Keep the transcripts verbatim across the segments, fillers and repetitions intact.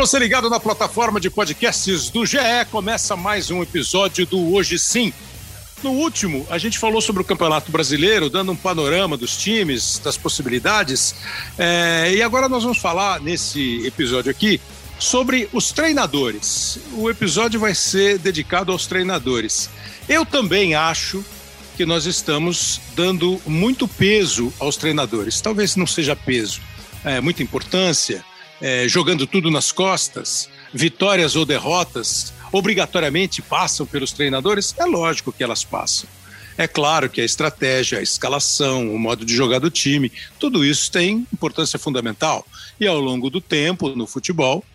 você ligado na plataforma de podcasts do G E, começa mais um episódio do Hoje Sim. No último, a gente falou sobre o Campeonato Brasileiro, dando um panorama dos times, das possibilidades, é, e agora nós vamos falar, nesse episódio aqui, sobre os treinadores. O episódio vai ser dedicado aos treinadores. Eu também acho que nós estamos dando muito peso aos treinadores. Talvez não seja peso, é, muita importância, é, jogando tudo nas costas, vitórias ou derrotas obrigatoriamente passam pelos treinadores? É lógico que elas passam. É claro que a estratégia, a escalação, o modo de jogar do time, tudo isso tem importância fundamental. E ao longo do tempo, no futebol,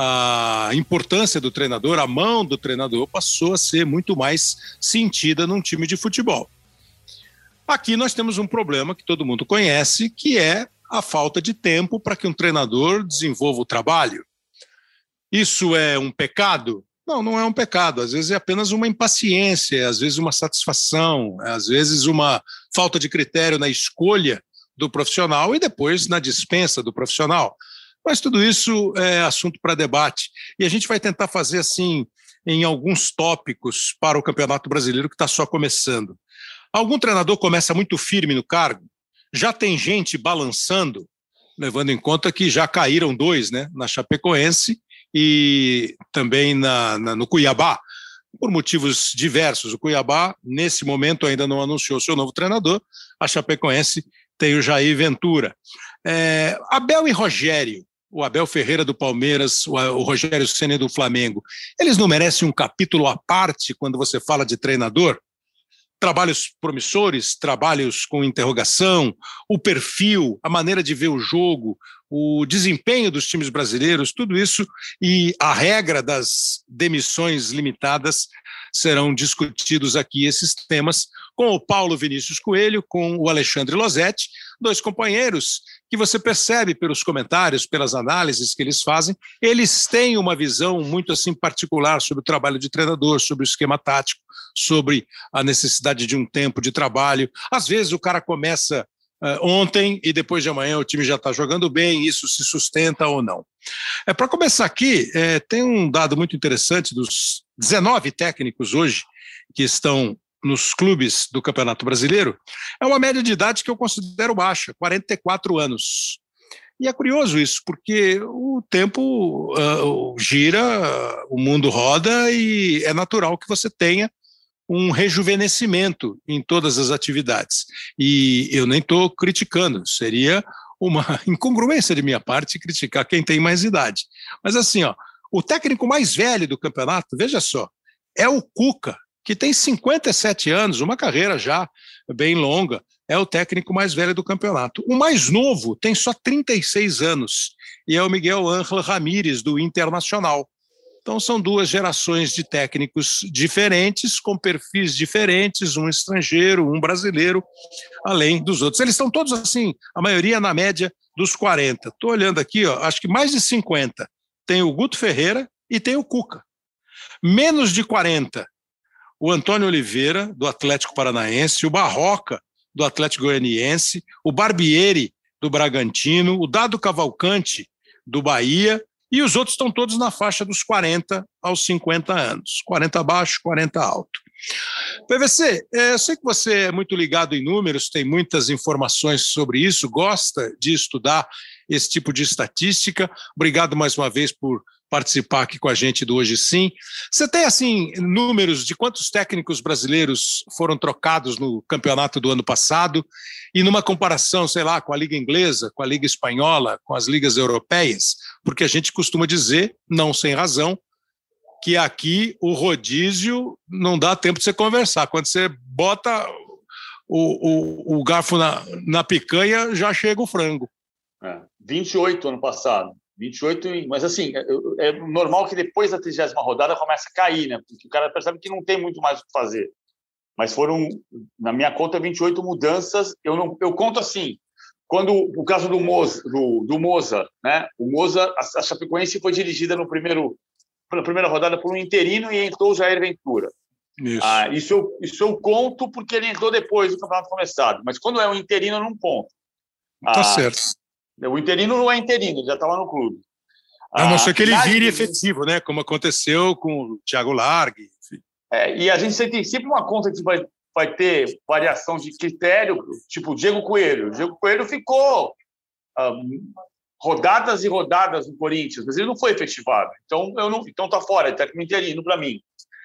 a importância do treinador, a mão do treinador passou a ser muito mais sentida num time de futebol. Aqui nós temos um problema que todo mundo conhece, que é a falta de tempo para que um treinador desenvolva o trabalho. Isso é um pecado? Não, não é um pecado. Às vezes é apenas uma impaciência, às vezes uma satisfação, às vezes uma falta de critério na escolha do profissional e depois na dispensa do profissional. Mas tudo isso é assunto para debate. E a gente vai tentar fazer assim em alguns tópicos para o Campeonato Brasileiro que está só começando. Algum treinador começa muito firme no cargo? Já tem gente balançando, levando em conta que já caíram dois, né, na Chapecoense e também na, na, no Cuiabá, por motivos diversos. O Cuiabá, nesse momento, ainda não anunciou seu novo treinador. A Chapecoense tem o Jair Ventura. É, Abel e Rogério, o Abel Ferreira do Palmeiras, o, o Rogério Ceni do Flamengo, eles não merecem um capítulo à parte quando você fala de treinador? Trabalhos promissores, trabalhos com interrogação, o perfil, a maneira de ver o jogo, o desempenho dos times brasileiros, tudo isso e a regra das demissões limitadas serão discutidos aqui esses temas com o Paulo Vinícius Coelho, com o Alexandre Losetti, dois companheiros que você percebe pelos comentários, pelas análises que eles fazem, eles têm uma visão muito assim particular sobre o trabalho de treinador, sobre o esquema tático, sobre a necessidade de um tempo de trabalho. Às vezes o cara começa uh, ontem e depois de amanhã o time já está jogando bem, isso se sustenta ou não. É, para começar aqui, é, tem um dado muito interessante dos dezenove técnicos hoje que estão nos clubes do Campeonato Brasileiro, é uma média de idade que eu considero baixa, quarenta e quatro anos. E é curioso isso, porque o tempo uh, gira, uh, o mundo roda e é natural que você tenha um rejuvenescimento em todas as atividades. E eu nem estou criticando, seria uma incongruência de minha parte criticar quem tem mais idade. Mas assim, ó, o técnico mais velho do campeonato, veja só, é o Cuca, que tem cinquenta e sete anos, uma carreira já bem longa, é o técnico mais velho do campeonato. O mais novo tem só trinta e seis anos, e é o Miguel Ángel Ramírez, do Internacional. Então são duas gerações de técnicos diferentes, com perfis diferentes, um estrangeiro, um brasileiro, além dos outros. Eles estão todos assim, a maioria na média dos quarenta. Estou olhando aqui, ó, acho que mais de cinquenta. Tem o Guto Ferreira e tem o Cuca. Menos de quarenta, o Antônio Oliveira, do Atlético Paranaense, o Barroca, do Atlético Goianiense, o Barbieri, do Bragantino, o Dado Cavalcante, do Bahia, e os outros estão todos na faixa dos quarenta aos cinquenta anos. quarenta abaixo, quarenta alto. P V C, eu sei que você é muito ligado em números, tem muitas informações sobre isso, gosta de estudar esse tipo de estatística. Obrigado mais uma vez por participar aqui com a gente do Hoje Sim. Você tem, assim, números de quantos técnicos brasileiros foram trocados no campeonato do ano passado e numa comparação, sei lá, com a Liga Inglesa, com a Liga Espanhola, com as ligas europeias? Porque a gente costuma dizer, não sem razão, que aqui o rodízio não dá tempo de você conversar. Quando você bota o, o, o garfo na, na picanha, já chega o frango. É, vinte e oito ano passado. vinte e oito, mas assim, é, é normal que depois da trigésima rodada comece a cair, né? Porque o cara percebe que não tem muito mais o que fazer. Mas foram, na minha conta, vinte e oito mudanças. Eu, não, eu conto assim, quando o caso do Moza, do, do Moza, né? O Moza, a, a Chapecoense foi dirigida no primeiro, na primeira rodada por um interino e entrou o Jair Ventura. Isso. Ah, isso, eu, isso eu conto porque ele entrou depois do campeonato começado. Mas quando é um interino, eu não conto. Tá ah, certo. O interino não é interino, ele já estava no clube. A não ser que ele vire efetivo, né? Como aconteceu com o Thiago Largue. É, e a gente tem sempre uma conta que vai, vai ter variação de critério, tipo o Diego Coelho. O Diego Coelho ficou um, rodadas e rodadas no Corinthians, mas ele não foi efetivado. Então, eu não, então tá fora, ele tá interino para mim.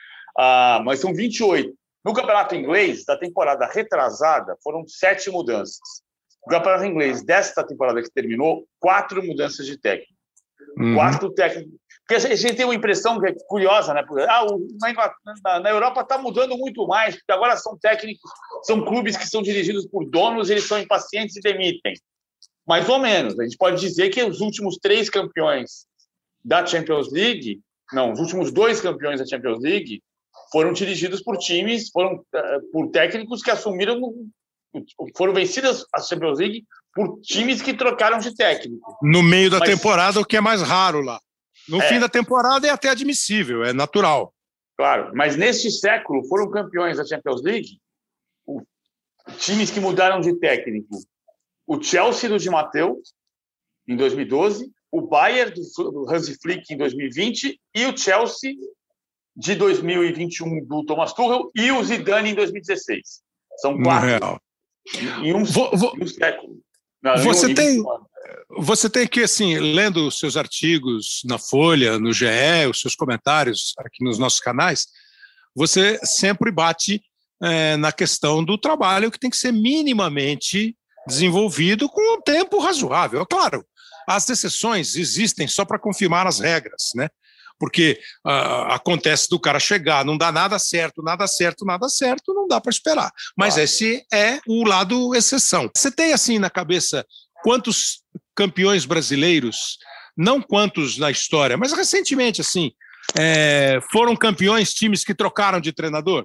Uh, mas são vinte e oito. No campeonato inglês, da temporada retrasada, foram sete mudanças. No campeonato inglês, desta temporada que terminou, quatro mudanças de técnico. Uhum. Quatro técnicos. Porque a gente tem uma impressão que é curiosa, né? Ah, o, na, na Europa está mudando muito mais, porque agora são técnicos, são clubes que são dirigidos por donos, eles são impacientes e demitem. Mais ou menos. A gente pode dizer que os últimos três campeões da Champions League, não, os últimos dois campeões da Champions League foram dirigidos por times, foram uh, por técnicos que assumiram, foram vencidas a Champions League por times que trocaram de técnico. No meio da Mas, temporada, o que é mais raro lá. No é, fim da temporada é até admissível, é natural. Claro, mas neste século foram campeões da Champions League o, times que mudaram de técnico. O Chelsea do Di Matteo, em dois mil e doze, o Bayern do, do Hansi Flick em dois mil e vinte e o Chelsea de dois mil e vinte e um do Thomas Tuchel e o Zidane em dois mil e dezesseis. São quatro. Em um, vou, vou... um século. Não, você, um, tem, você tem que, assim, lendo os seus artigos na Folha, no G E, os seus comentários aqui nos nossos canais, você sempre bate é, na questão do trabalho que tem que ser minimamente desenvolvido com um tempo razoável. Claro, as exceções existem só para confirmar as regras, né? Porque uh, acontece do cara chegar, não dá nada certo, nada certo, nada certo, não dá para esperar. Mas ah. esse é o lado exceção. Você tem assim na cabeça quantos campeões brasileiros, não quantos na história, mas recentemente assim, é, foram campeões times que trocaram de treinador?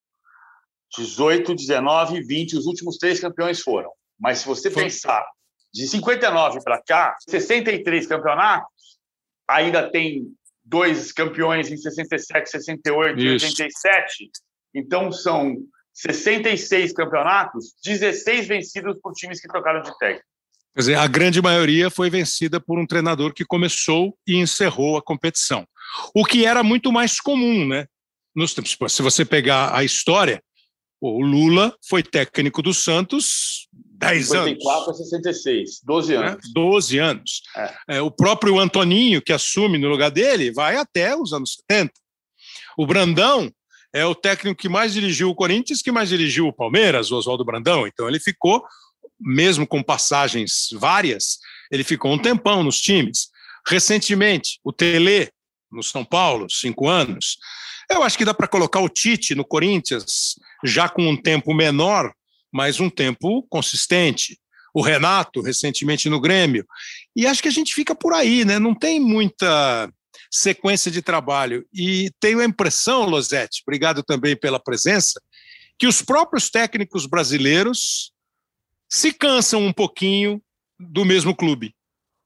dezoito, dezenove, vinte, os últimos três campeões foram. Mas se você Foi. pensar de cinquenta e nove para cá, sessenta e três campeonatos, ainda tem dois campeões em sessenta e sete, sessenta e oito e oitenta e sete. Então, são sessenta e seis campeonatos, dezesseis vencidos por times que trocaram de técnico. Quer dizer, a grande maioria foi vencida por um treinador que começou e encerrou a competição. O que era muito mais comum, né? Nos tempos, se você pegar a história, o Lula foi técnico do Santos dez anos. cinquenta e quatro a sessenta e seis, doze anos. É, doze anos. É. É, o próprio Antoninho, que assume no lugar dele, vai até os anos setenta. O Brandão é o técnico que mais dirigiu o Corinthians, que mais dirigiu o Palmeiras, o Oswaldo Brandão. Então ele ficou, mesmo com passagens várias, ele ficou um tempão nos times. Recentemente, o Tele, no São Paulo, cinco anos. Eu acho que dá para colocar o Tite no Corinthians, já com um tempo menor, mas um tempo consistente. O Renato, recentemente no Grêmio. E acho que a gente fica por aí, né? Não tem muita sequência de trabalho. E tenho a impressão, Losetti, obrigado também pela presença, que os próprios técnicos brasileiros se cansam um pouquinho do mesmo clube.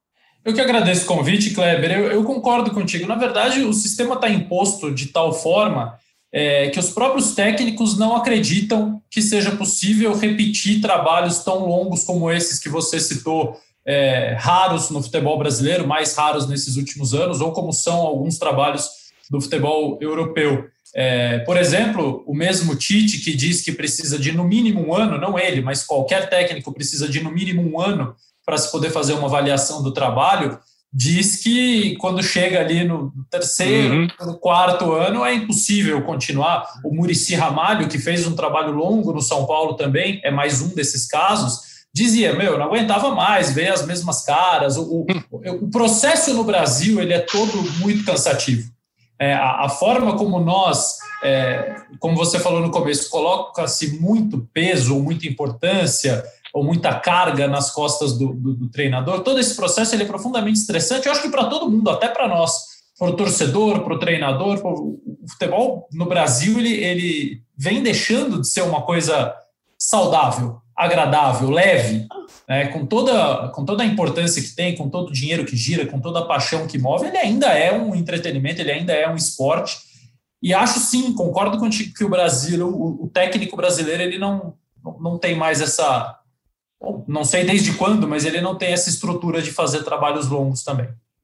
Eu que agradeço o convite, Kleber. Eu, eu concordo contigo. Na verdade, o sistema está imposto de tal forma é, que os próprios técnicos não acreditam que seja possível repetir trabalhos tão longos como esses que você citou, é, raros no futebol brasileiro, mais raros nesses últimos anos, ou como são alguns trabalhos do futebol europeu. É, por exemplo, o mesmo Tite, que diz que precisa de no mínimo um ano, não ele, mas qualquer técnico precisa de no mínimo um ano para se poder fazer uma avaliação do trabalho, diz que quando chega ali no terceiro, uhum. no quarto ano, é impossível continuar. O Muricy Ramalho, que fez um trabalho longo no São Paulo também, é mais um desses casos, dizia, meu, não aguentava mais ver as mesmas caras. O, o, o processo no Brasil ele é todo muito cansativo. É, a, a forma como nós, é, como você falou no começo, coloca-se muito peso ou muita importância ou muita carga nas costas do, do, do treinador, todo esse processo ele é profundamente estressante, eu acho que para todo mundo, até para nós, para o torcedor, para o treinador, pro, o futebol no Brasil ele, ele vem deixando de ser uma coisa saudável, agradável, leve, né? com, toda, com toda a importância que tem, com todo o dinheiro que gira, com toda a paixão que move, ele ainda é um entretenimento, ele ainda é um esporte, e acho sim, concordo contigo que o Brasil, o, o técnico brasileiro, ele não, não tem mais essa... Bom, não sei desde quando, mas ele não tem essa estrutura de fazer trabalhos longos também.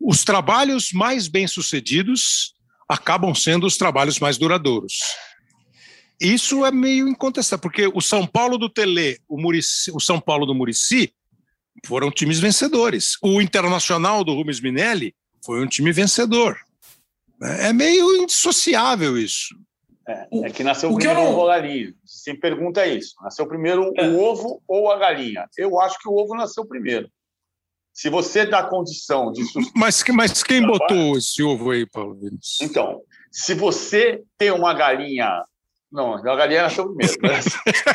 os trabalhos mais bem-sucedidos acabam sendo os trabalhos mais duradouros. Isso é meio incontestável, porque o São Paulo do Telê, o, Muricy, o São Paulo do Muricy foram times vencedores. O Internacional do Rubens Minelli foi um time vencedor. É meio indissociável isso. É, é que nasceu o primeiro não... o ovo ou a galinha. Você pergunta isso. Nasceu primeiro é. o ovo ou a galinha? Eu acho que o ovo nasceu primeiro. Se você dá condição de... Mas, mas quem botou esse ovo aí, Paulo Vinícius? Então, se você tem uma galinha... Não, a galinha nasceu primeiro. Mas,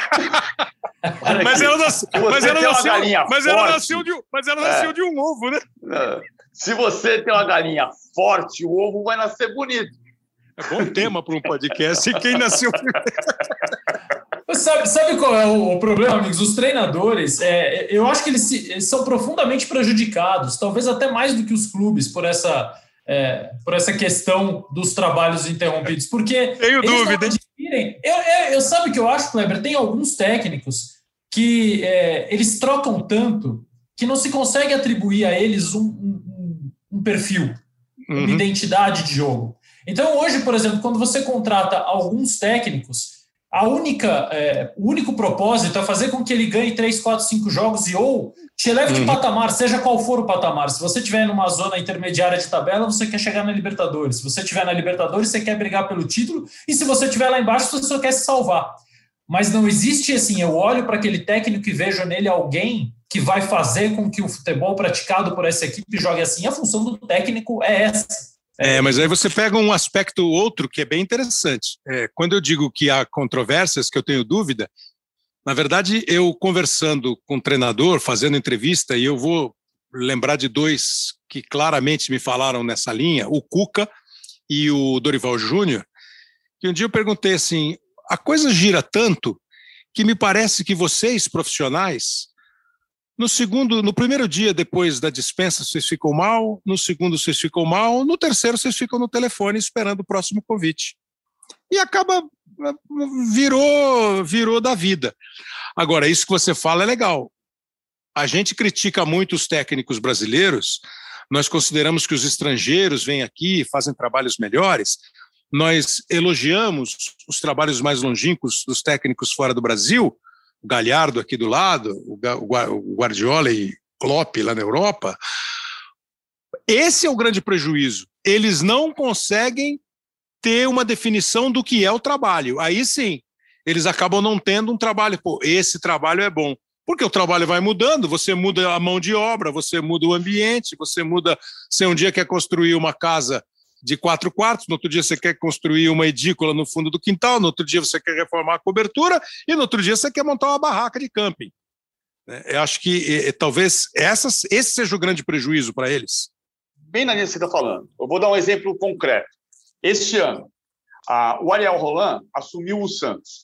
mas ela nasceu, mas ela nasceu, mas ela nasceu, de, mas ela nasceu é, de um ovo, né? Se você tem uma galinha forte, o ovo vai nascer bonito. É bom tema para um podcast. Quem nasceu primeiro? Sabe, sabe qual é o, o problema, amigos? Os treinadores, é, eu acho que eles, se, eles são profundamente prejudicados, talvez até mais do que os clubes, por essa... É, por essa questão dos trabalhos interrompidos, porque tenho dúvida. Eu, eu, eu sabe o que eu acho, Kleber? Tem alguns técnicos que é, eles trocam tanto que não se consegue atribuir a eles um, um, um perfil, uhum. uma identidade de jogo. Então hoje, por exemplo, quando você contrata alguns técnicos, a única, é, o único propósito é fazer com que ele ganhe três, quatro, cinco jogos e ou te eleve de uhum. patamar, seja qual for o patamar. Se você estiver numa zona intermediária de tabela, você quer chegar na Libertadores. Se você estiver na Libertadores, você quer brigar pelo título. E se você estiver lá embaixo, você só quer se salvar. Mas não existe assim, eu olho para aquele técnico e vejo nele alguém que vai fazer com que o futebol praticado por essa equipe jogue assim. A função do técnico é essa. É, mas aí você pega um aspecto outro que é bem interessante. É, quando eu digo que há controvérsias, que eu tenho dúvida, na verdade, eu conversando com o treinador, fazendo entrevista, e eu vou lembrar de dois que claramente me falaram nessa linha, o Cuca e o Dorival Júnior, que um dia eu perguntei assim, a coisa gira tanto que me parece que vocês, profissionais, no segundo, no primeiro dia depois da dispensa vocês ficam mal, no segundo vocês ficam mal, no terceiro vocês ficam no telefone esperando o próximo convite. E acaba, virou, virou da vida. Agora, isso que você fala é legal. A gente critica muito os técnicos brasileiros, nós consideramos que os estrangeiros vêm aqui e fazem trabalhos melhores, nós elogiamos os trabalhos mais longínquos dos técnicos fora do Brasil, o Galhardo aqui do lado, o Guardiola e Klopp lá na Europa. Esse é o grande prejuízo. Eles não conseguem ter uma definição do que é o trabalho. Aí sim, eles acabam não tendo um trabalho. Pô, esse trabalho é bom. Porque o trabalho vai mudando, você muda a mão de obra, você muda o ambiente, você muda... Você um dia quer construir uma casa de quatro quartos, no outro dia você quer construir uma edícula no fundo do quintal, no outro dia você quer reformar a cobertura e no outro dia você quer montar uma barraca de camping. Eu acho que eh, talvez essas, esse seja o grande prejuízo para eles. Bem na linha que você está falando. Eu vou dar um exemplo concreto. Este ano, a, o Ariel Roland assumiu o Santos.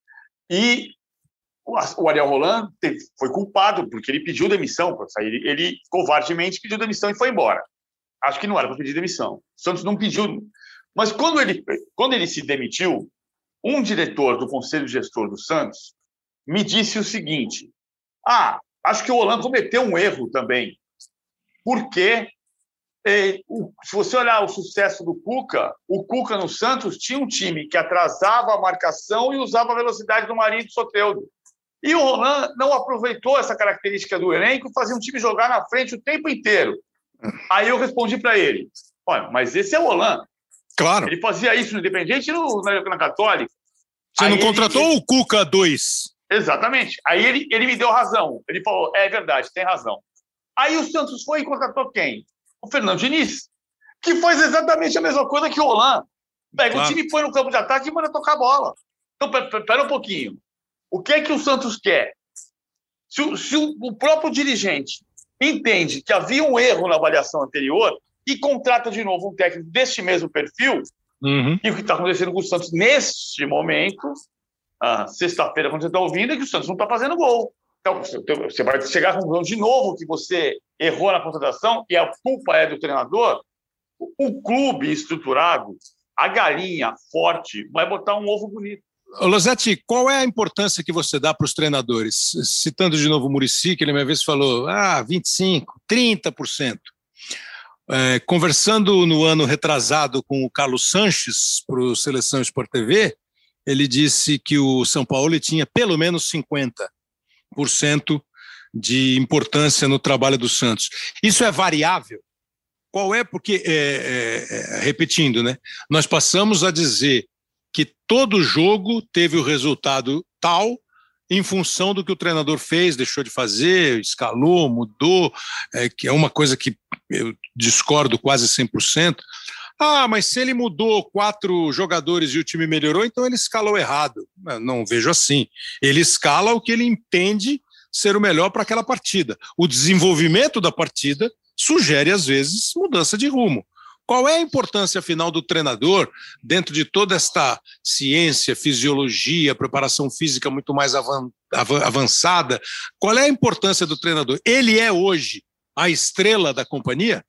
E o, o Ariel Roland teve, foi culpado porque ele pediu demissão para sair. Ele, ele covardemente pediu demissão e foi embora. Acho que não era para pedir demissão. O Santos não pediu. Mas quando ele, quando ele se demitiu, um diretor do Conselho Gestor do Santos me disse o seguinte: ah, acho que o Roland cometeu um erro também. Porque, eh, o, se você olhar o sucesso do Cuca, o Cuca no Santos tinha um time que atrasava a marcação e usava a velocidade do Marinho e do Soteldo. E o Roland não aproveitou essa característica do elenco e fazia um time jogar na frente o tempo inteiro. Aí eu respondi para ele: olha, mas esse é o Roland. Claro. Ele fazia isso no Independente e no, na, na Católica. Você Aí não contratou ele... o Cuca dois? Exatamente. Aí ele, ele me deu razão. Ele falou: é verdade, tem razão. Aí o Santos foi e contratou quem? O Fernando Diniz, que faz exatamente a mesma coisa que o Roland. Pega claro. O time, põe no campo de ataque e manda tocar a bola. Então, pera um pouquinho. O que é que o Santos quer? Se o, se o próprio dirigente entende que havia um erro na avaliação anterior e contrata de novo um técnico deste mesmo perfil, uhum. E o que está acontecendo com o Santos neste momento, ah, sexta-feira, quando você está ouvindo, é que o Santos não está fazendo gol. Então, você vai chegar à conclusão de novo que você errou na contratação e a culpa é do treinador. O clube estruturado, a galinha forte, vai botar um ovo bonito. Losetti, qual é a importância que você dá para os treinadores? Citando de novo o Muricy, que ele uma vez falou, ah, vinte e cinco por cento, trinta por cento. É, conversando no ano retrasado com o Carlos Sanches para o Seleção Sport T V, ele disse que o São Paulo tinha pelo menos cinquenta por cento de importância no trabalho do Santos. Isso é variável? Qual é? Porque, é, é, repetindo, né, nós passamos a dizer que todo jogo teve o resultado tal em função do que o treinador fez, deixou de fazer, escalou, mudou, é, que é uma coisa que eu discordo quase cem por cento. Ah, mas se ele mudou quatro jogadores e o time melhorou, então ele escalou errado. Eu não vejo assim. Ele escala o que ele entende ser o melhor para aquela partida. O desenvolvimento da partida sugere, às vezes, mudança de rumo. Qual é a importância, afinal, do treinador dentro de toda esta ciência, fisiologia, preparação física muito mais avan- avançada? Qual é a importância do treinador? Ele é hoje a estrela da companhia?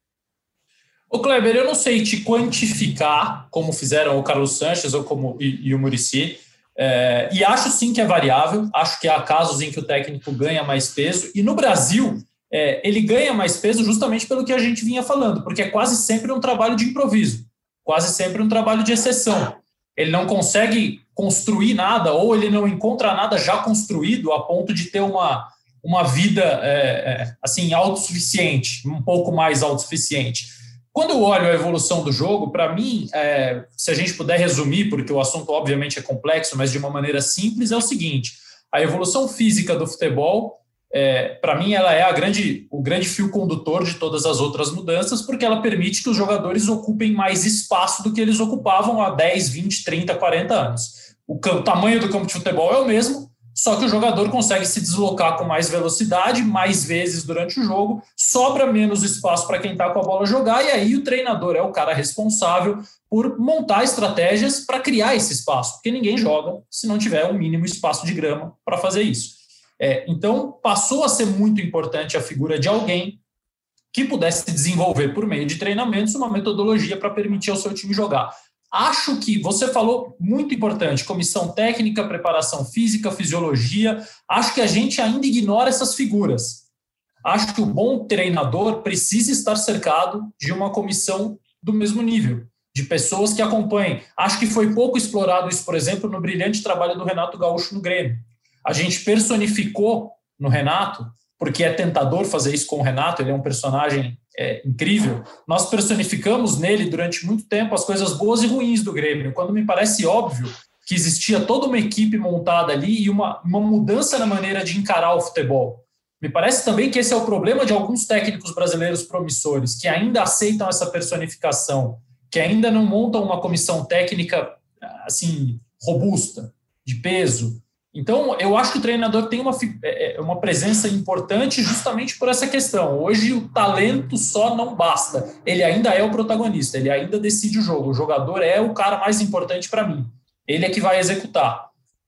Ô Kleber, eu não sei te quantificar, como fizeram o Carlos Sanches ou como, e, e o Muricy, é, e acho sim que é variável, acho que há casos em que o técnico ganha mais peso, e no Brasil é, ele ganha mais peso justamente pelo que a gente vinha falando, porque é quase sempre um trabalho de improviso, quase sempre um trabalho de exceção. Ele não consegue construir nada, ou ele não encontra nada já construído a ponto de ter uma, uma vida é, é, assim, autossuficiente, um pouco mais autossuficiente. Quando eu olho a evolução do jogo, para mim, é, se a gente puder resumir, porque o assunto obviamente é complexo, mas de uma maneira simples, é o seguinte: a evolução física do futebol, é, para mim, ela é a grande, o grande fio condutor de todas as outras mudanças, porque ela permite que os jogadores ocupem mais espaço do que eles ocupavam há dez, vinte, trinta, quarenta anos. O, campo, o tamanho do campo de futebol é o mesmo, só que o jogador consegue se deslocar com mais velocidade, mais vezes durante o jogo, sobra menos espaço para quem está com a bola jogar, e aí o treinador é o cara responsável por montar estratégias para criar esse espaço, porque ninguém joga se não tiver um mínimo espaço de grama para fazer isso. É, então, passou a ser muito importante a figura de alguém que pudesse desenvolver, por meio de treinamentos, uma metodologia para permitir ao seu time jogar. Acho que você falou muito importante, comissão técnica, preparação física, fisiologia. Acho que a gente ainda ignora essas figuras. Acho que o bom treinador precisa estar cercado de uma comissão do mesmo nível, de pessoas que acompanhem. Acho que foi pouco explorado isso, por exemplo, no brilhante trabalho do Renato Gaúcho no Grêmio. A gente personificou no Renato, porque é tentador fazer isso com o Renato, ele é um personagem é, incrível. Nós personificamos nele durante muito tempo as coisas boas e ruins do Grêmio, quando me parece óbvio que existia toda uma equipe montada ali e uma, uma mudança na maneira de encarar o futebol. Me parece também que esse é o problema de alguns técnicos brasileiros promissores, que ainda aceitam essa personificação, que ainda não montam uma comissão técnica assim, robusta, de peso. Então, eu acho que o treinador tem uma, uma presença importante justamente por essa questão. Hoje, o talento só não basta. Ele ainda é o protagonista, ele ainda decide o jogo. O jogador é o cara mais importante para mim. Ele é que vai executar.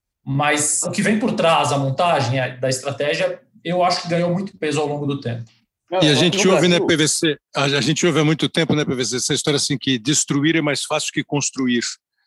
Mas o que vem por trás, a montagem da estratégia, eu acho que ganhou muito peso ao longo do tempo. E a gente ouve, né, P V C, a gente ouve há muito tempo, né, P V C, essa história assim que destruir é mais fácil que construir.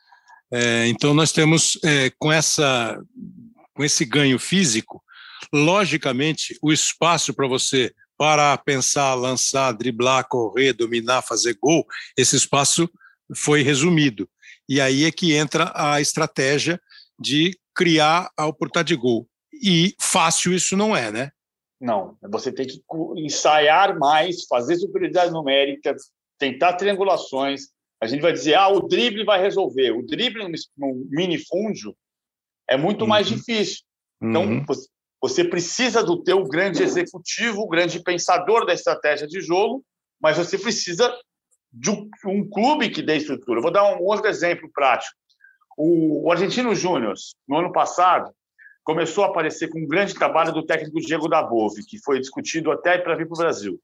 É, então, nós temos, é, com essa... com esse ganho físico, logicamente, o espaço para você parar, pensar, lançar, driblar, correr, dominar, fazer gol, esse espaço foi resumido. E aí é que entra a estratégia de criar a oportunidade de gol. E fácil isso não é, né? Não, você tem que ensaiar mais, fazer superioridade numérica, tentar triangulações. A gente vai dizer, ah, o drible vai resolver. O drible no minifúndio é muito uhum. mais difícil. Então, uhum. você precisa do teu grande executivo, o grande pensador da estratégia de jogo, mas você precisa de um, um clube que dê estrutura. Eu vou dar um outro exemplo prático. O, o Argentino Júnior, no ano passado, começou a aparecer com um grande trabalho do técnico Diego Dabove, que foi discutido até para vir para o Brasil.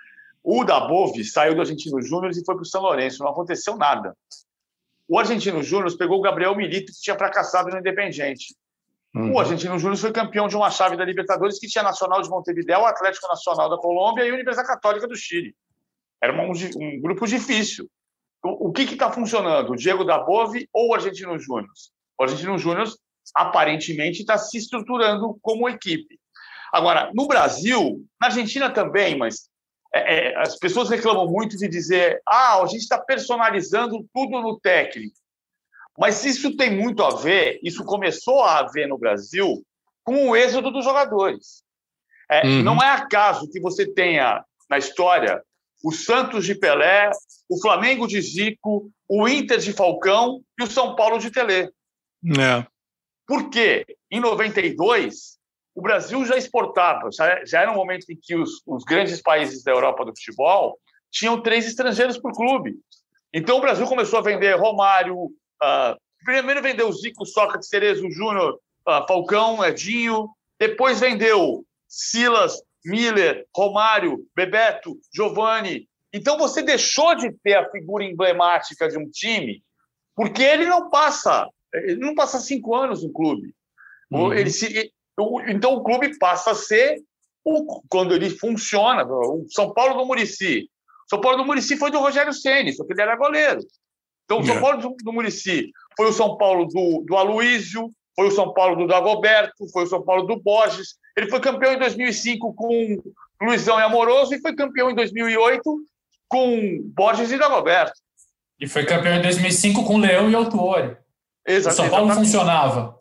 O Dabove saiu do Argentino Júnior e foi para o São Lourenço. Não aconteceu nada. O Argentino Júnior pegou o Gabriel Milito, que tinha fracassado no Independiente. Uhum. O Argentino Júnior foi campeão de uma chave da Libertadores que tinha Nacional de Montevideo, Atlético Nacional da Colômbia e Universidade Católica do Chile. Era um, um grupo difícil. O, o que está funcionando? O Diego Dabove ou o Argentino Júnior? O Argentino Júnior, aparentemente, está se estruturando como equipe. Agora, no Brasil, na Argentina também, mas é, é, as pessoas reclamam muito de dizer ah, a gente está personalizando tudo no técnico. Mas isso tem muito a ver, isso começou a haver no Brasil com o êxodo dos jogadores. É, uhum. Não é acaso que você tenha, na história, o Santos de Pelé, o Flamengo de Zico, o Inter de Falcão e o São Paulo de Telê. É. Porque, em noventa e dois, o Brasil já exportava, já, já era um momento em que os, os grandes países da Europa do futebol tinham três estrangeiros por clube. Então, o Brasil começou a vender Romário, uh, primeiro vendeu Zico, Sócrates, Cerezo, Júnior, uh, Falcão, Edinho, depois vendeu Silas, Miller, Romário, Bebeto, Giovani. Então, você deixou de ter a figura emblemática de um time porque ele não passa, ele não passa cinco anos no clube. Uhum. Ele se, então, o clube passa a ser, o, quando ele funciona, o São Paulo do Muricy. O São Paulo do Muricy foi do Rogério Ceni, só que ele era goleiro. Então, o São Paulo do, do Muricy foi o São Paulo do, do Aloísio, foi o São Paulo do Dagoberto, foi o São Paulo do Borges. Ele foi campeão em dois mil e cinco com Luizão e Amoroso e foi campeão em dois mil e oito com Borges e Dagoberto. E foi campeão em dois mil e cinco com Leão e Autuori. Exato, o São Paulo exatamente. Funcionava.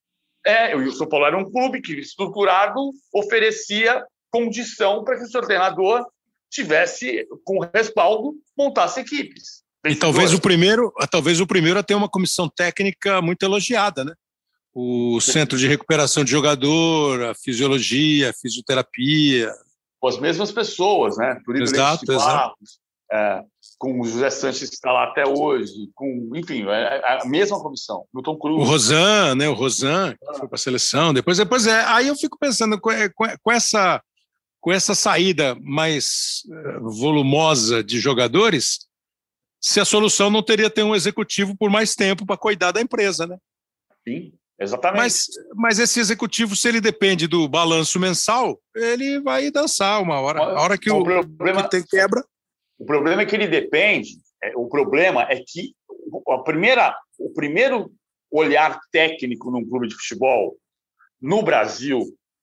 É, o São Paulo era um clube que, estruturado, oferecia condição para que o seu treinador tivesse, com respaldo, montasse equipes. E talvez o primeiro, talvez o primeiro a ter uma comissão técnica muito elogiada, né? O centro de recuperação de jogador, a fisiologia, a fisioterapia. Com as mesmas pessoas, né? Turino exato, Barros, exato. É, com o José Sanches que está lá até hoje, com, enfim, é a mesma comissão. Milton Cruz. O Rosan, né? O Rosan, que foi para a seleção. Depois, depois é. Aí eu fico pensando com, com essa, com essa saída mais volumosa de jogadores, se a solução não teria ter um executivo por mais tempo para cuidar da empresa, né? Sim. Exatamente. Mas, mas esse executivo, se ele depende do balanço mensal, ele vai dançar uma hora. A hora que o, o problema que tem quebra. O problema é que ele depende. É, o problema é que a primeira, o primeiro olhar técnico num clube de futebol no Brasil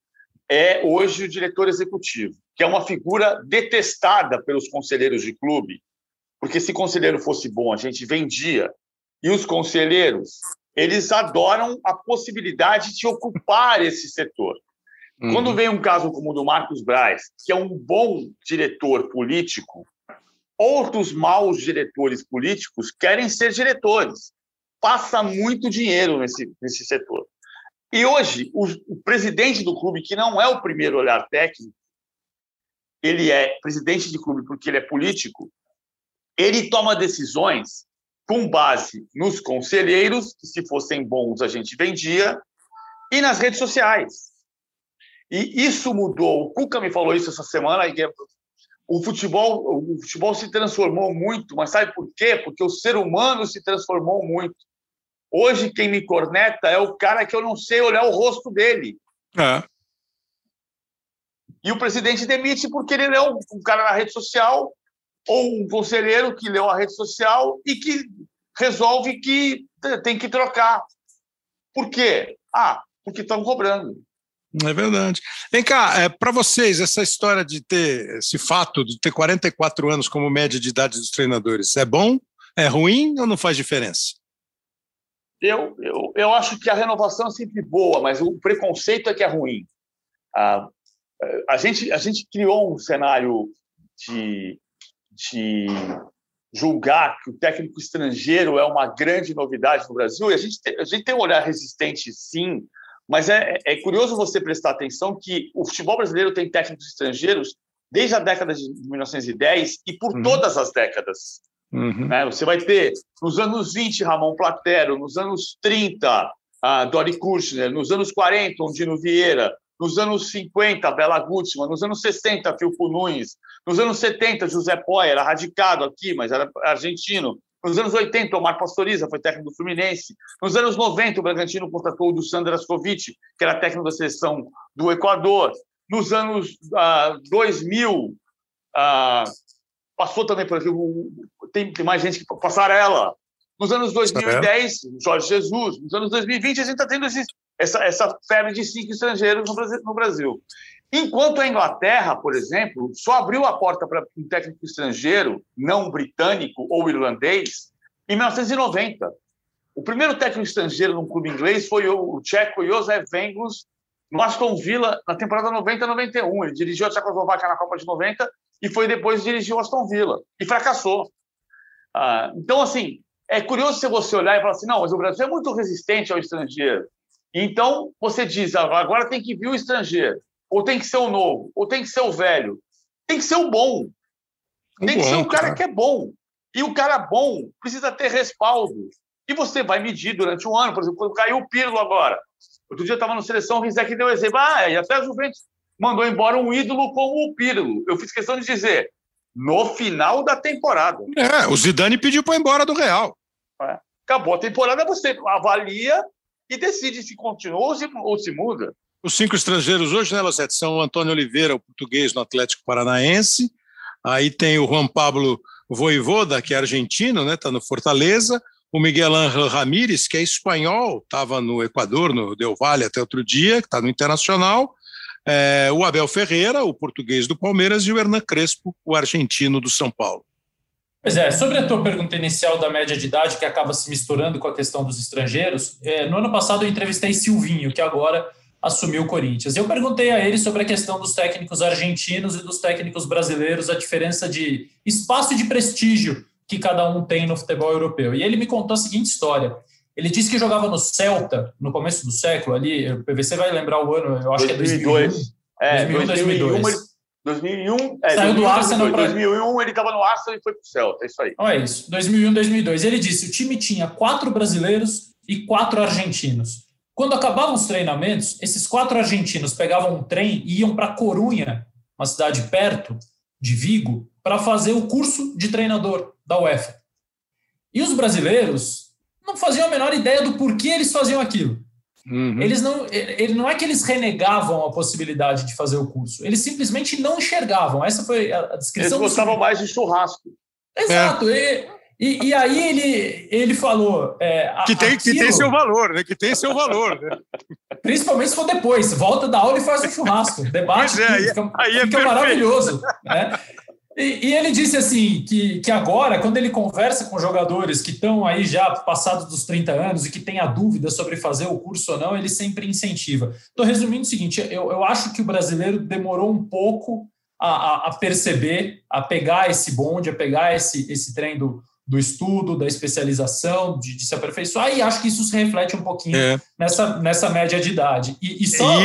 é hoje o diretor executivo, que é uma figura detestada pelos conselheiros de clube, porque se conselheiro fosse bom, a gente vendia. E os conselheiros, eles adoram a possibilidade de ocupar esse setor. Uhum. Quando vem um caso como o do Marcos Braz, que é um bom diretor político, outros maus diretores políticos querem ser diretores. Passa muito dinheiro nesse, nesse setor. E hoje, o, o presidente do clube, que não é o primeiro olhar técnico, ele é presidente de clube porque ele é político, ele toma decisões com base nos conselheiros, que se fossem bons a gente vendia, e nas redes sociais. E isso mudou. O Cuca me falou isso essa semana, que o futebol, o futebol se transformou muito, mas sabe por quê? Porque o ser humano se transformou muito. Hoje, quem me corneta é o cara que eu não sei olhar o rosto dele. É. E o presidente demite porque ele leu um cara na rede social ou um conselheiro que leu a rede social e que resolve que tem que trocar. Por quê? Ah, porque estão cobrando. É verdade. Vem cá, é, para vocês, essa história de ter, esse fato de ter quarenta e quatro anos como média de idade dos treinadores, é bom? É ruim ou não faz diferença? Eu, eu, eu acho que a renovação é sempre boa, mas o preconceito é que é ruim. A, a, gente, a gente criou um cenário de... de julgar que o técnico estrangeiro é uma grande novidade no Brasil, e a gente tem, a gente tem um olhar resistente, sim, mas é, é curioso você prestar atenção que o futebol brasileiro tem técnicos estrangeiros desde a década de mil novecentos e dez e por uhum. todas as décadas. Uhum. Né? Você vai ter, nos anos vinte, Ramon Platero, nos anos trinta, uh, Dori Kirchner, nos anos quarenta, Ondino Vieira, nos anos cinquenta, Bela Gutzmann, nos anos sessenta, Filpo Nunes, nos anos setenta, José Poi, era radicado aqui, mas era argentino. Nos anos oitenta, Omar Pastoriza foi técnico do Fluminense. Nos anos noventa, o Bragantino contratou o do Sandro Ascovici, que era técnico da seleção do Equador. Nos anos uh, dois mil, uh, passou também por aqui, tem, tem mais gente que Passarella. Nos anos dois mil e dez, Jorge Jesus. Nos anos dois mil e vinte, a gente está tendo esses, essa, essa febre de cinco estrangeiros no Brasil. No Brasil. Enquanto a Inglaterra, por exemplo, só abriu a porta para um técnico estrangeiro, não britânico ou irlandês, em mil novecentos e noventa. O primeiro técnico estrangeiro num clube inglês foi o tcheco Josef Venglos, no Aston Villa, na temporada noventa a noventa e um. Ele dirigiu a Tchecoslováquia na Copa de noventa e foi depois dirigir o Aston Villa. E fracassou. Ah, então, assim, é curioso se você olhar e falar assim, não, mas o Brasil é muito resistente ao estrangeiro. Então, você diz, agora tem que vir o estrangeiro. Ou tem que ser o novo, ou tem que ser o velho. Tem que ser o bom. Tem que ser um cara que é bom. E o cara bom precisa ter respaldo. E você vai medir durante um ano. Por exemplo, quando caiu o Pirlo agora. Outro dia eu estava na seleção, o Rizek deu exemplo. Ah, e até a Juventus mandou embora um ídolo como o Pirlo. Eu fiz questão de dizer, no final da temporada. É, o Zidane pediu para ir embora do Real. É. Acabou a temporada, você avalia e decide se continua ou se, ou se muda. Os cinco estrangeiros hoje, né, Losete, são o Antônio Oliveira, o português no Atlético Paranaense. Aí tem o Juan Pablo Voivoda, que é argentino, né, está no Fortaleza. O Miguel Ángel Ramírez, que é espanhol, estava no Equador, no Del Valle até outro dia, que está no Internacional. É, o Abel Ferreira, o português do Palmeiras, e o Hernan Crespo, o argentino do São Paulo. Pois é, sobre a tua pergunta inicial da média de idade, que acaba se misturando com a questão dos estrangeiros, é, no ano passado eu entrevistei Silvinho, que agora assumiu o Corinthians. Eu perguntei a ele sobre a questão dos técnicos argentinos e dos técnicos brasileiros, a diferença de espaço e de prestígio que cada um tem no futebol europeu. E ele me contou a seguinte história. Ele disse que jogava no Celta, no começo do século, ali, o P V C vai lembrar o ano, eu acho dois mil e dois. Que é dois mil e um. É, dois mil e um, dois mil e um, é, saiu do Arsenal para... dois mil e um ele estava no Arsenal e foi para o Celta, é isso aí. Não é isso, dois mil e um, dois mil e dois. Ele disse, o time tinha quatro brasileiros e quatro argentinos. Quando acabavam os treinamentos, esses quatro argentinos pegavam um trem e iam para Corunha, uma cidade perto de Vigo, para fazer o curso de treinador da UEFA. E os brasileiros não faziam a menor ideia do porquê eles faziam aquilo. Uhum. Eles não, ele, não é que eles renegavam a possibilidade de fazer o curso, eles simplesmente não enxergavam. Essa foi a descrição. Eles gostavam mais de churrasco. Exato. É. E, E, e aí ele, ele falou... É, que, tem, aquilo, que tem seu valor, né? Que tem seu valor, né? Principalmente se for depois. Volta da aula e faz um churrasco. Debate é, aí, fica, aí é fica maravilhoso. Né? E, e ele disse assim, que, que agora, quando ele conversa com jogadores que estão aí já passados dos trinta anos e que têm a dúvida sobre fazer o curso ou não, ele sempre incentiva. Estou resumindo o seguinte, eu, eu acho que o brasileiro demorou um pouco a, a, a perceber, a pegar esse bonde, a pegar esse, esse trem do... do estudo, da especialização, de, de se aperfeiçoar, e acho que isso se reflete um pouquinho é. nessa, nessa média de idade. E, e só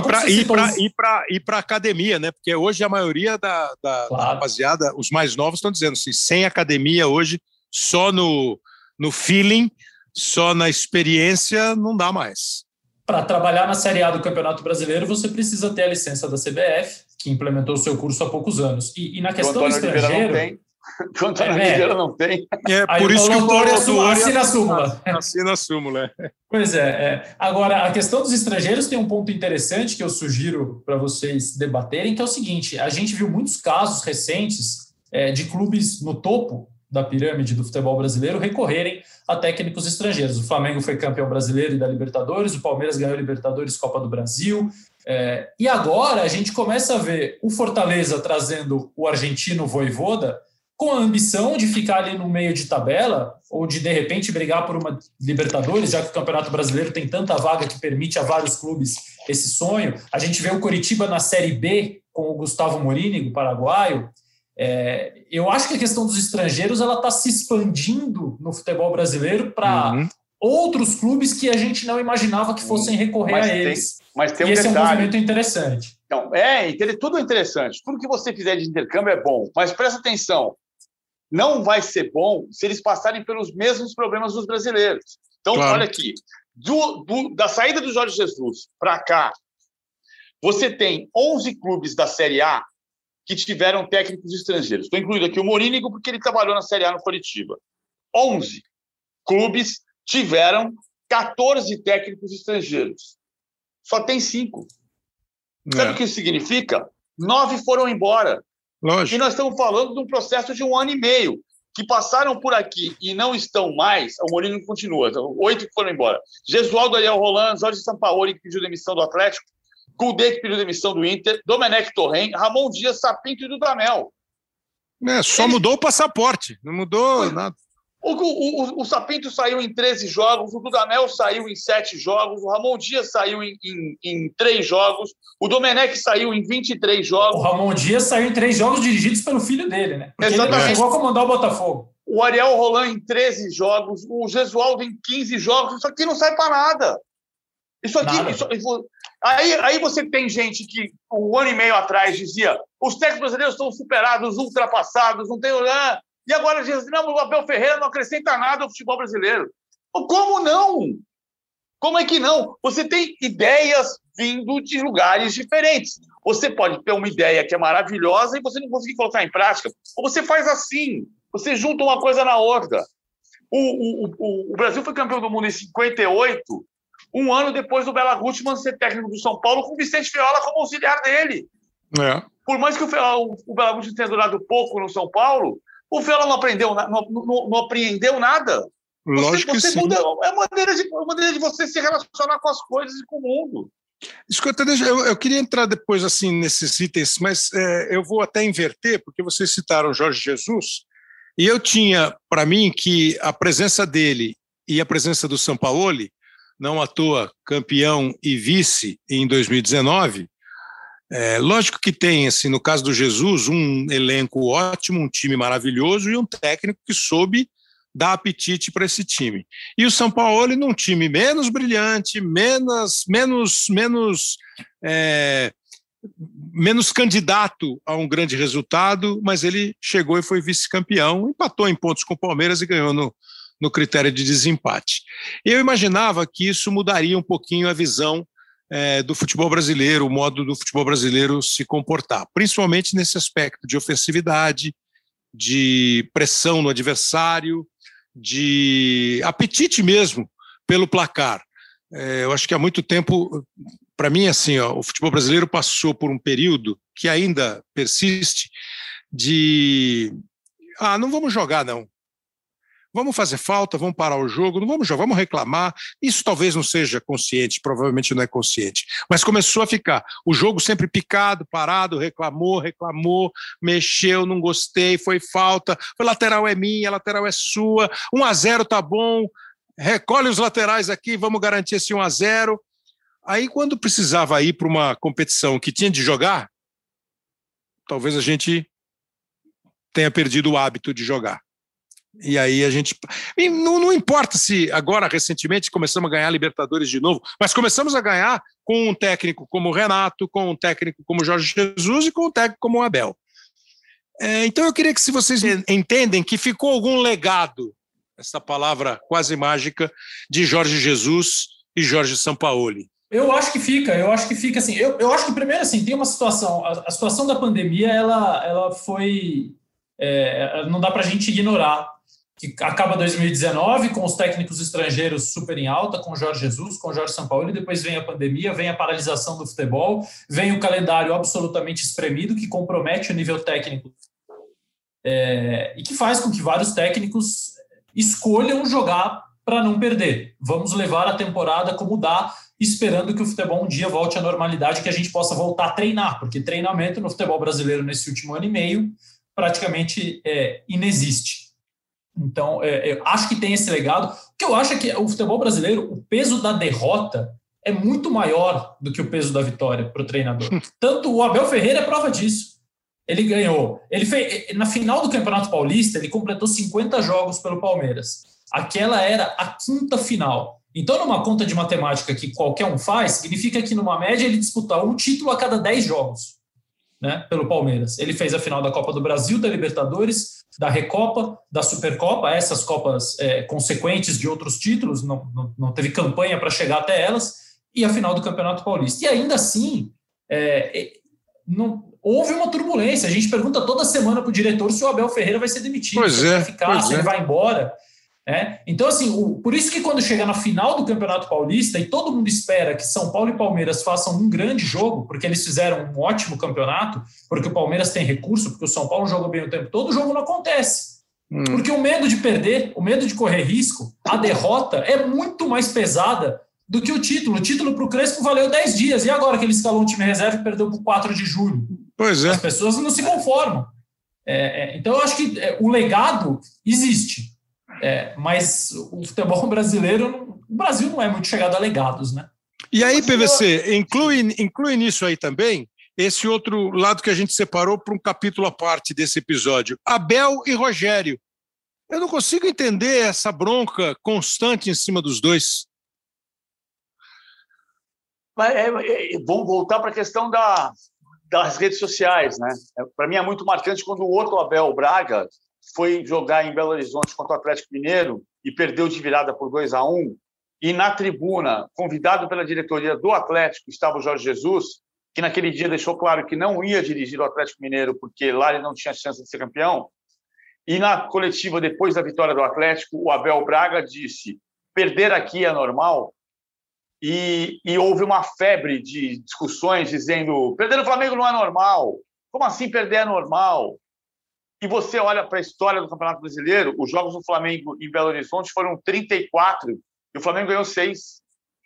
ir para a academia, né? Porque hoje a maioria da, da, claro. da rapaziada, os mais novos estão dizendo assim, sem academia hoje, só no, no feeling, só na experiência, não dá mais. Para trabalhar na Série A do Campeonato Brasileiro, você precisa ter a licença da C B F, que implementou o seu curso há poucos anos. E, e na questão do estrangeiro... Quanto a Oliveira é, não tem. É por isso que o Paulo Autuori assina a súmula. Assina a súmula. Pois é, é. Agora, a questão dos estrangeiros tem um ponto interessante que eu sugiro para vocês debaterem, que é o seguinte, a gente viu muitos casos recentes é, de clubes no topo da pirâmide do futebol brasileiro recorrerem a técnicos estrangeiros. O Flamengo foi campeão brasileiro e da Libertadores, o Palmeiras ganhou Libertadores, Copa do Brasil. É, e agora a gente começa a ver o Fortaleza trazendo o argentino Voivoda com a ambição de ficar ali no meio de tabela ou de, de repente, brigar por uma Libertadores, já que o Campeonato Brasileiro tem tanta vaga que permite a vários clubes esse sonho. A gente vê o Coritiba na Série B com o Gustavo Morínigo, paraguaio. É, eu acho que a questão dos estrangeiros ela está se expandindo no futebol brasileiro para uhum. outros clubes que a gente não imaginava que fossem recorrer mas a tem, eles. Mas tem um e esse detalhe. é um movimento interessante. Então, é, tudo é interessante. Tudo que você fizer de intercâmbio é bom. Mas presta atenção. Não vai ser bom se eles passarem pelos mesmos problemas dos brasileiros. Então, claro. Olha aqui. Do, do, da saída do Jorge Jesus para cá, você tem onze clubes da Série A que tiveram técnicos estrangeiros. Estou incluindo aqui o Morínigo, porque ele trabalhou na Série A no Coritiba. onze clubes tiveram quatorze técnicos estrangeiros. Só tem cinco. É. Sabe o que isso significa? Nove foram embora. Lógico. E nós estamos falando de um processo de um ano e meio, que passaram por aqui e não estão mais. O Mourinho continua, então, oito que foram embora. Gesualdo Ariel Roland, Jorge Sampaoli, que pediu demissão do Atlético, Coudet, que pediu demissão do Inter, Domenech Torrent, Ramon Dias, Sapinto e Dudamel. É, só Ele... mudou o passaporte, não mudou Foi. nada. O, o, o, o Sapinto saiu em treze jogos, o Dudamel saiu em sete jogos, o Ramon Dias saiu em, em, em três jogos, o Domenech saiu em vinte e três jogos. O Ramon Dias saiu em três jogos dirigidos pelo filho dele, né? Porque Exatamente. Ele chegou a comandar o Botafogo. O Ariel Roland em treze jogos, o Gesualdo em quinze jogos, isso aqui não sai para nada. Isso aqui. Isso, isso, aí, aí você tem gente que um ano e meio atrás dizia: os técnicos brasileiros estão superados, ultrapassados, não tem. Ah, e agora diz assim: não, o Abel Ferreira não acrescenta nada ao futebol brasileiro. Como não? Como é que não? Você tem ideias vindo de lugares diferentes. Você pode ter uma ideia que é maravilhosa e você não conseguir colocar em prática. Ou você faz assim. Você junta uma coisa na outra. O, o, o, o Brasil foi campeão do mundo em cinquenta e oito, um ano depois do Bela Gutmann ser técnico do São Paulo, com o Vicente Feola como auxiliar dele. É. Por mais que o, Feola, o, o Bela Gutmann tenha durado pouco no São Paulo, o Feola não aprendeu, não, não, não apreendeu nada. Lógico você, você que sim. Muda, é uma maneira, de, uma maneira de você se relacionar com as coisas e com o mundo. Escuta, eu, eu queria entrar depois assim nesses itens, mas é, eu vou até inverter, porque vocês citaram Jorge Jesus. E eu tinha, para mim, que a presença dele e a presença do Sampaoli, não à toa campeão e vice em dois mil e dezenove, é, lógico que tem, assim, no caso do Jesus, um elenco ótimo, um time maravilhoso e um técnico que soube dar apetite para esse time. E o Sampaoli num time menos brilhante, menos, menos, menos é, menos candidato a um grande resultado, mas ele chegou e foi vice-campeão, empatou em pontos com o Palmeiras e ganhou no, no critério de desempate. Eu imaginava que isso mudaria um pouquinho a visão é, do futebol brasileiro, o modo do futebol brasileiro se comportar, principalmente nesse aspecto de ofensividade, de pressão no adversário, de apetite mesmo pelo placar. É, eu acho que há muito tempo, para mim, assim, ó, o futebol brasileiro passou por um período que ainda persiste de, ah, não vamos jogar não, vamos fazer falta, vamos parar o jogo, não vamos jogar, vamos reclamar. Isso talvez não seja consciente, provavelmente não é consciente, mas começou a ficar o jogo sempre picado, parado, reclamou, reclamou, mexeu, não gostei, foi falta, foi lateral é minha, lateral é sua, um a zero tá bom, recolhe os laterais aqui, vamos garantir esse um a zero. Aí, quando precisava ir para uma competição que tinha de jogar, talvez a gente tenha perdido o hábito de jogar. E aí a gente... E não, não importa se agora, recentemente, começamos a ganhar Libertadores de novo, mas começamos a ganhar com um técnico como o Renato, com um técnico como o Jorge Jesus e com um técnico como o Abel. É, então eu queria que, se vocês entendem que ficou algum legado, essa palavra quase mágica, de Jorge Jesus e Jorge Sampaoli. Eu acho que fica, eu acho que fica assim. Eu, eu acho que primeiro assim, tem uma situação, a, a situação da pandemia, ela, ela foi, é, não dá para a gente ignorar, que acaba dois mil e dezenove com os técnicos estrangeiros super em alta, com o Jorge Jesus, com o Jorge Sampaoli, depois vem a pandemia, vem a paralisação do futebol, vem o calendário absolutamente espremido, que compromete o nível técnico, é, e que faz com que vários técnicos escolham jogar para não perder. Vamos levar a temporada como dá, esperando que o futebol um dia volte à normalidade, que a gente possa voltar a treinar, porque treinamento no futebol brasileiro nesse último ano e meio praticamente é, inexiste. Então, é, eu acho que tem esse legado. O que eu acho é que o futebol brasileiro, o peso da derrota é muito maior do que o peso da vitória para o treinador. Tanto o Abel Ferreira é prova disso. Ele ganhou. Ele fez, na final do Campeonato Paulista, ele completou cinquenta jogos pelo Palmeiras. Aquela era a quinta final. Então, numa conta de matemática que qualquer um faz, significa que, numa média, ele disputa um título a cada dez jogos, né, pelo Palmeiras. Ele fez a final da Copa do Brasil, da Libertadores, da Recopa, da Supercopa, essas Copas é, consequentes de outros títulos, não, não, não teve campanha para chegar até elas, e a final do Campeonato Paulista. E ainda assim, é, não, houve uma turbulência. A gente pergunta toda semana para o diretor se o Abel Ferreira vai ser demitido, pois se é, ele vai ficar, se é. ele vai embora. É? Então, assim, o, por isso que quando chega na final do Campeonato Paulista e todo mundo espera que São Paulo e Palmeiras façam um grande jogo, porque eles fizeram um ótimo campeonato, porque o Palmeiras tem recurso, porque o São Paulo jogou bem o tempo todo, o jogo não acontece. Hum. Porque o medo de perder, o medo de correr risco, a derrota é muito mais pesada do que o título. O título para o Crespo valeu dez dias. E agora que ele escalou um time reserva e perdeu por quatro de julho? Pois é. As pessoas não se conformam. É, é, então, eu acho que é, o legado existe. É, mas o futebol brasileiro, o Brasil não é muito chegado a legados, né? E aí, P V C, inclui, inclui nisso aí também esse outro lado que a gente separou para um capítulo à parte desse episódio. Abel e Rogério. Eu não consigo entender essa bronca constante em cima dos dois. É, é, vamos voltar para a questão da, das redes sociais, né? Para mim é muito marcante quando o outro Abel, Braga, foi jogar em Belo Horizonte contra o Atlético Mineiro e perdeu de virada por dois a um. E na tribuna, convidado pela diretoria do Atlético, estava o Jorge Jesus, que naquele dia deixou claro que não ia dirigir o Atlético Mineiro porque lá ele não tinha chance de ser campeão. E na coletiva, depois da vitória do Atlético, o Abel Braga disse: perder aqui é normal. E, e houve uma febre de discussões dizendo: perder no Flamengo não é normal. Como assim perder é normal? E você olha para a história do Campeonato Brasileiro, os jogos do Flamengo em Belo Horizonte foram trinta e quatro e o Flamengo ganhou seis.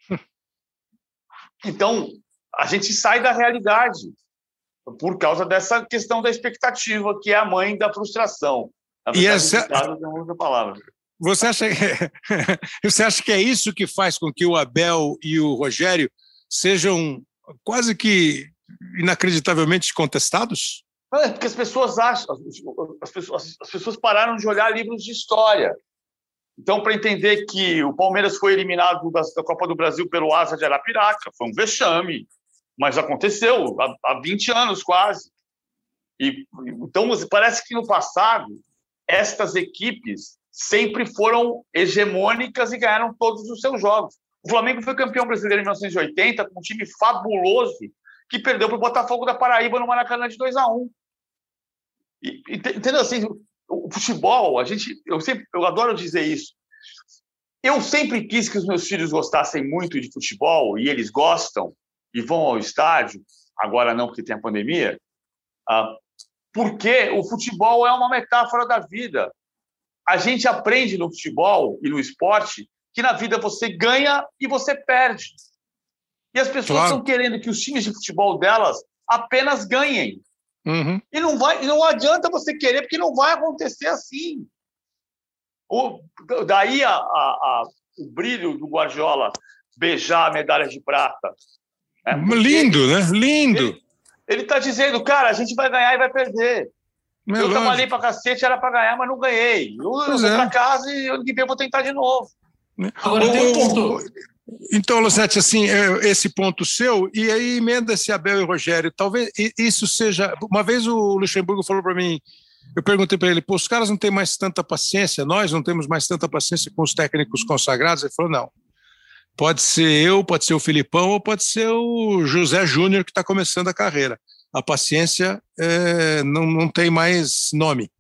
Então, a gente sai da realidade por causa dessa questão da expectativa, que é a mãe da frustração. Na verdade, e essa... é outra palavra. Você acha, que... Você acha que é isso que faz com que o Abel e o Rogério sejam quase que inacreditavelmente contestados? É, porque as pessoas acham, as pessoas, as pessoas pararam de olhar livros de história. Então, para entender que o Palmeiras foi eliminado da, da Copa do Brasil pelo Asa de Arapiraca, foi um vexame, mas aconteceu há, há vinte anos quase. E, então, parece que no passado, estas equipes sempre foram hegemônicas e ganharam todos os seus jogos. O Flamengo foi campeão brasileiro em mil novecentos e oitenta com um time fabuloso que perdeu para o Botafogo da Paraíba no Maracanã de dois a um. E, entendeu? Assim, o futebol, a gente, eu, sempre, eu adoro dizer isso. Eu sempre quis que os meus filhos gostassem muito de futebol, e eles gostam, e vão ao estádio, agora não porque tem a pandemia, ah, porque o futebol é uma metáfora da vida. A gente aprende no futebol e no esporte que na vida você ganha e você perde. E as pessoas claro. estão querendo que os times de futebol delas apenas ganhem. Uhum. E não, vai, não adianta você querer, porque não vai acontecer assim. O, daí a, a, a, o brilho do Guardiola beijar a medalha de prata. Né? Lindo, né? Lindo. Ele está dizendo, cara, a gente vai ganhar e vai perder. Meu eu lógico. trabalhei pra cacete, era para ganhar, mas não ganhei. Eu, eu vou é. para casa e ano que vem eu vou tentar de novo. Agora o, tem um ponto... Então, Losetti, assim, esse ponto seu, e aí emenda-se Abel e Rogério, talvez isso seja... Uma vez o Luxemburgo falou para mim, eu perguntei para ele, pô, os caras não têm mais tanta paciência, nós não temos mais tanta paciência com os técnicos consagrados? Ele falou, não, pode ser eu, pode ser o Filipão, ou pode ser o José Júnior que está começando a carreira. A paciência é, não, não tem mais nome.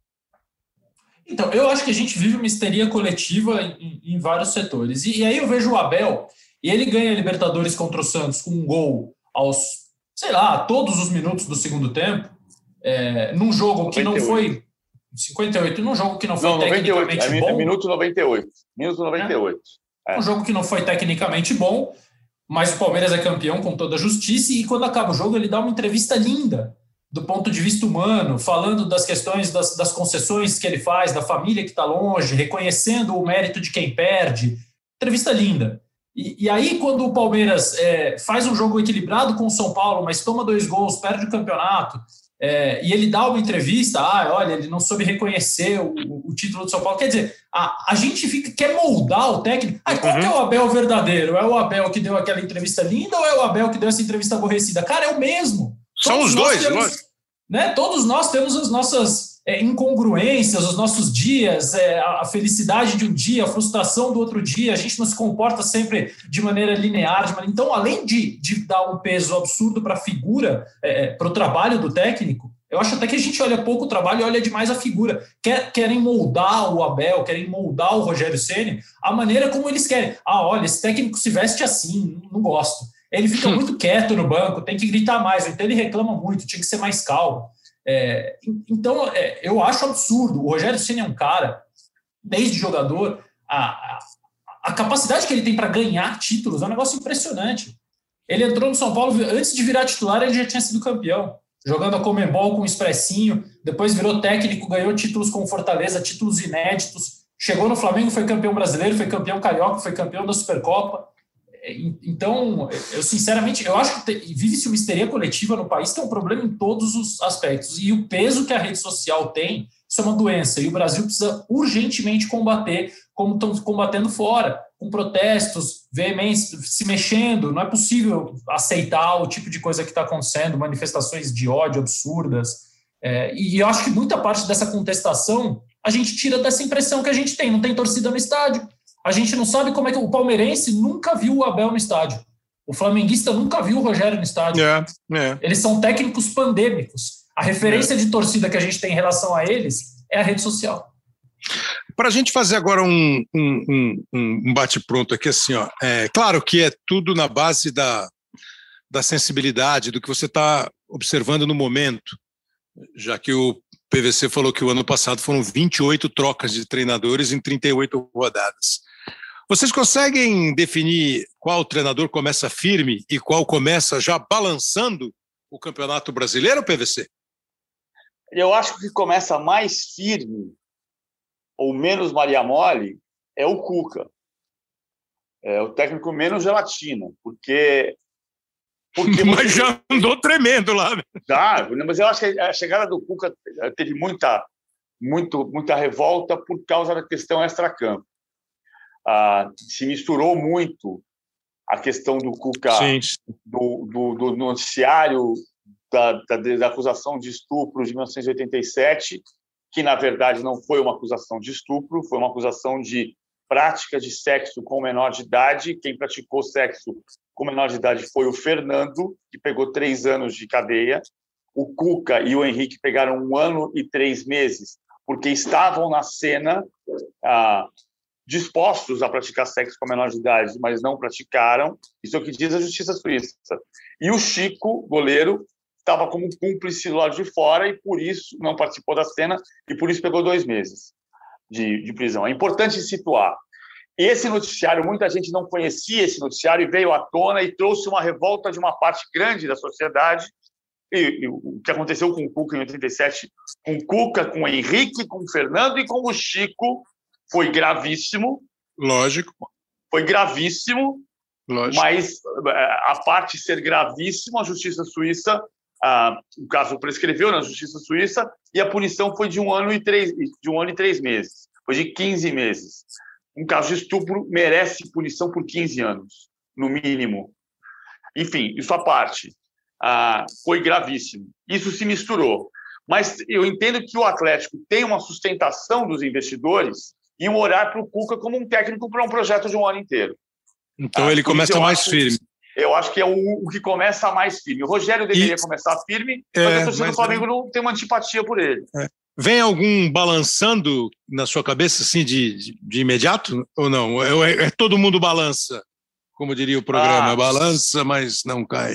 Então, eu acho que a gente vive uma histeria coletiva em, em vários setores. E, e aí eu vejo o Abel, e ele ganha a Libertadores contra o Santos com um gol aos, sei lá, todos os minutos do segundo tempo, é, num jogo que não foi... cinquenta e oito, num jogo que não foi não, tecnicamente noventa e oito, bom. É minuto noventa e oito. Minuto noventa e oito. É. É. Um jogo que não foi tecnicamente bom, mas o Palmeiras é campeão com toda a justiça, e quando acaba o jogo ele dá uma entrevista linda, do ponto de vista humano, falando das questões das, das concessões que ele faz, da família que está longe, reconhecendo o mérito de quem perde. Entrevista linda. E, e aí, quando o Palmeiras é, faz um jogo equilibrado com o São Paulo, mas toma dois gols, perde o campeonato, é, e ele dá uma entrevista, ah, olha, ele não soube reconhecer o, o título do São Paulo. Quer dizer, a, a gente fica, quer moldar o técnico. Ah, qual uhum. que é o Abel verdadeiro? É o Abel que deu aquela entrevista linda ou é o Abel que deu essa entrevista aborrecida? Cara, é o mesmo. São Todos os dois, temos, né? Todos nós temos as nossas é, incongruências, os nossos dias, é, a felicidade de um dia, a frustração do outro dia. A gente não se comporta sempre de maneira linear. De maneira... Então, além de, de dar um peso absurdo para a figura, é, para o trabalho do técnico, eu acho até que a gente olha pouco o trabalho e olha demais a figura. Quer, querem moldar o Abel, querem moldar o Rogério Ceni a maneira como eles querem. Ah, olha, esse técnico se veste assim, não gosto. Ele fica muito quieto no banco, tem que gritar mais, então ele reclama muito, tinha que ser mais calmo. É, então, é, eu acho absurdo. O Rogério Ceni é um cara, desde jogador, a, a, a capacidade que ele tem para ganhar títulos é um negócio impressionante. Ele entrou no São Paulo, antes de virar titular, ele já tinha sido campeão, jogando a Conmebol com o Expressinho, depois virou técnico, ganhou títulos com Fortaleza, títulos inéditos, chegou no Flamengo, foi campeão brasileiro, foi campeão carioca, foi campeão da Supercopa. Então, eu sinceramente, eu acho que vive-se uma histeria coletiva no país, que é um problema em todos os aspectos. E o peso que a rede social tem, isso é uma doença. E o Brasil precisa urgentemente combater, como estão combatendo fora, com protestos veementes, se mexendo. Não é possível aceitar o tipo de coisa que está acontecendo, manifestações de ódio absurdas. É, e eu acho que muita parte dessa contestação a gente tira dessa impressão que a gente tem. Não tem torcida no estádio. A gente não sabe como é que o palmeirense nunca viu o Abel no estádio. O flamenguista nunca viu o Rogério no estádio. É, é. Eles são técnicos pandêmicos. A referência é. de torcida que a gente tem em relação a eles é a rede social. Para a gente fazer agora um, um, um, um bate-pronto aqui, assim, ó, é claro que é tudo na base da, da sensibilidade, do que você está observando no momento, já que o P V C falou que o ano passado foram vinte e oito trocas de treinadores em trinta e oito rodadas. Vocês conseguem definir qual treinador começa firme e qual começa já balançando o Campeonato Brasileiro, P V C? Eu acho que o que começa mais firme ou menos Maria Mole é o Cuca. É o técnico menos gelatina, porque... porque mas você... já andou tremendo lá. Né? Tá, mas eu acho que a chegada do Cuca teve muita, muito, muita revolta por causa da questão extracampo. Ah, se misturou muito a questão do Cuca, do, do, do noticiário da, da, da acusação de estupro de mil novecentos e oitenta e sete, que, na verdade, não foi uma acusação de estupro, foi uma acusação de prática de sexo com menor de idade. Quem praticou sexo com menor de idade foi o Fernando, que pegou três anos de cadeia. O Cuca e o Henrique pegaram um ano e três meses, porque estavam na cena ah, dispostos a praticar sexo com menor de idade, mas não praticaram. Isso é o que diz a Justiça Suíça. E o Chico, goleiro, estava como cúmplice do lado de fora e, por isso, não participou da cena e, por isso, pegou dois meses de, de prisão. É importante situar. Esse noticiário, muita gente não conhecia esse noticiário e veio à tona e trouxe uma revolta de uma parte grande da sociedade. E, e o que aconteceu com o Cuca em oitenta e sete, com o Cuca, com o Henrique, com o Fernando e com o Chico, foi gravíssimo. Lógico. Foi gravíssimo, Lógico. Mas a parte ser gravíssimo, a Justiça Suíça, ah, o caso prescreveu na Justiça Suíça e a punição foi de um ano e três, de um ano e três meses. Foi de quinze meses. Um caso de estupro merece punição por quinze anos, no mínimo. Enfim, isso à parte. Ah, foi gravíssimo. Isso se misturou. Mas eu entendo que o Atlético tem uma sustentação dos investidores e um olhar para o Cuca como um técnico para um projeto de um ano inteiro. Então ah, ele começa mais acho, firme. Eu acho que é o, o que começa mais firme. O Rogério deveria e... começar firme, mas é, a torcida do Flamengo é... não tem uma antipatia por ele. É. Vem algum balançando na sua cabeça, assim, de, de, de imediato? Ou não? É, é todo mundo balança, como diria o programa. Ah, balança, mas não cai.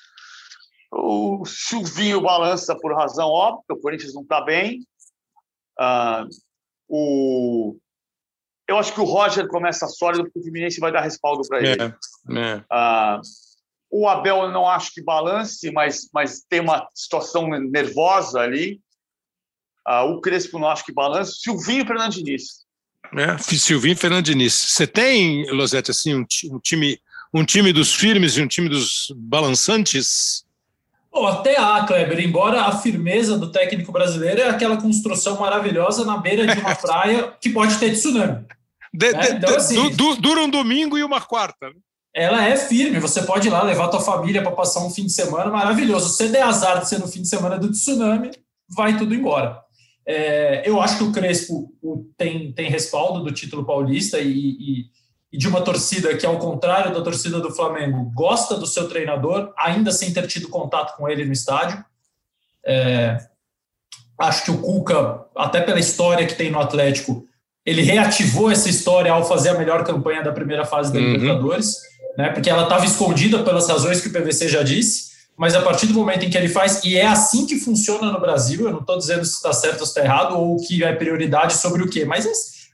O Silvinho balança por razão óbvia, o Corinthians não está bem. Ah, o... Eu acho que o Roger começa sólido, porque o Fluminense vai dar respaldo para ele. É, é. Ah, o Abel eu não acho que balance, mas, mas tem uma situação nervosa ali. Ah, o Crespo não acho que balance. Silvinho e Fernando Diniz. É, Silvinho e Fernando Diniz. Você tem, Losetti, assim, um, um, time, um time dos firmes e um time dos balançantes? Oh, até há, Kleber, embora a firmeza do técnico brasileiro é aquela construção maravilhosa na beira de uma praia que pode ter tsunami. De, né? de, então, assim, du, dura um domingo e uma quarta. Ela é firme, você pode ir lá levar tua família para passar um fim de semana maravilhoso. Se você der azar de ser no fim de semana do tsunami, vai tudo embora. É, eu acho que o Crespo tem, tem respaldo do título paulista e, e, e de uma torcida que, ao contrário da torcida do Flamengo, gosta do seu treinador, ainda sem ter tido contato com ele no estádio. É, acho que o Cuca, até pela história que tem no Atlético, ele reativou essa história ao fazer a melhor campanha da primeira fase da uhum. Libertadores, né, porque ela estava escondida pelas razões que o P V C já disse, mas a partir do momento em que ele faz, e é assim que funciona no Brasil, eu não estou dizendo se está certo ou se está errado, ou o que é prioridade sobre o quê, mas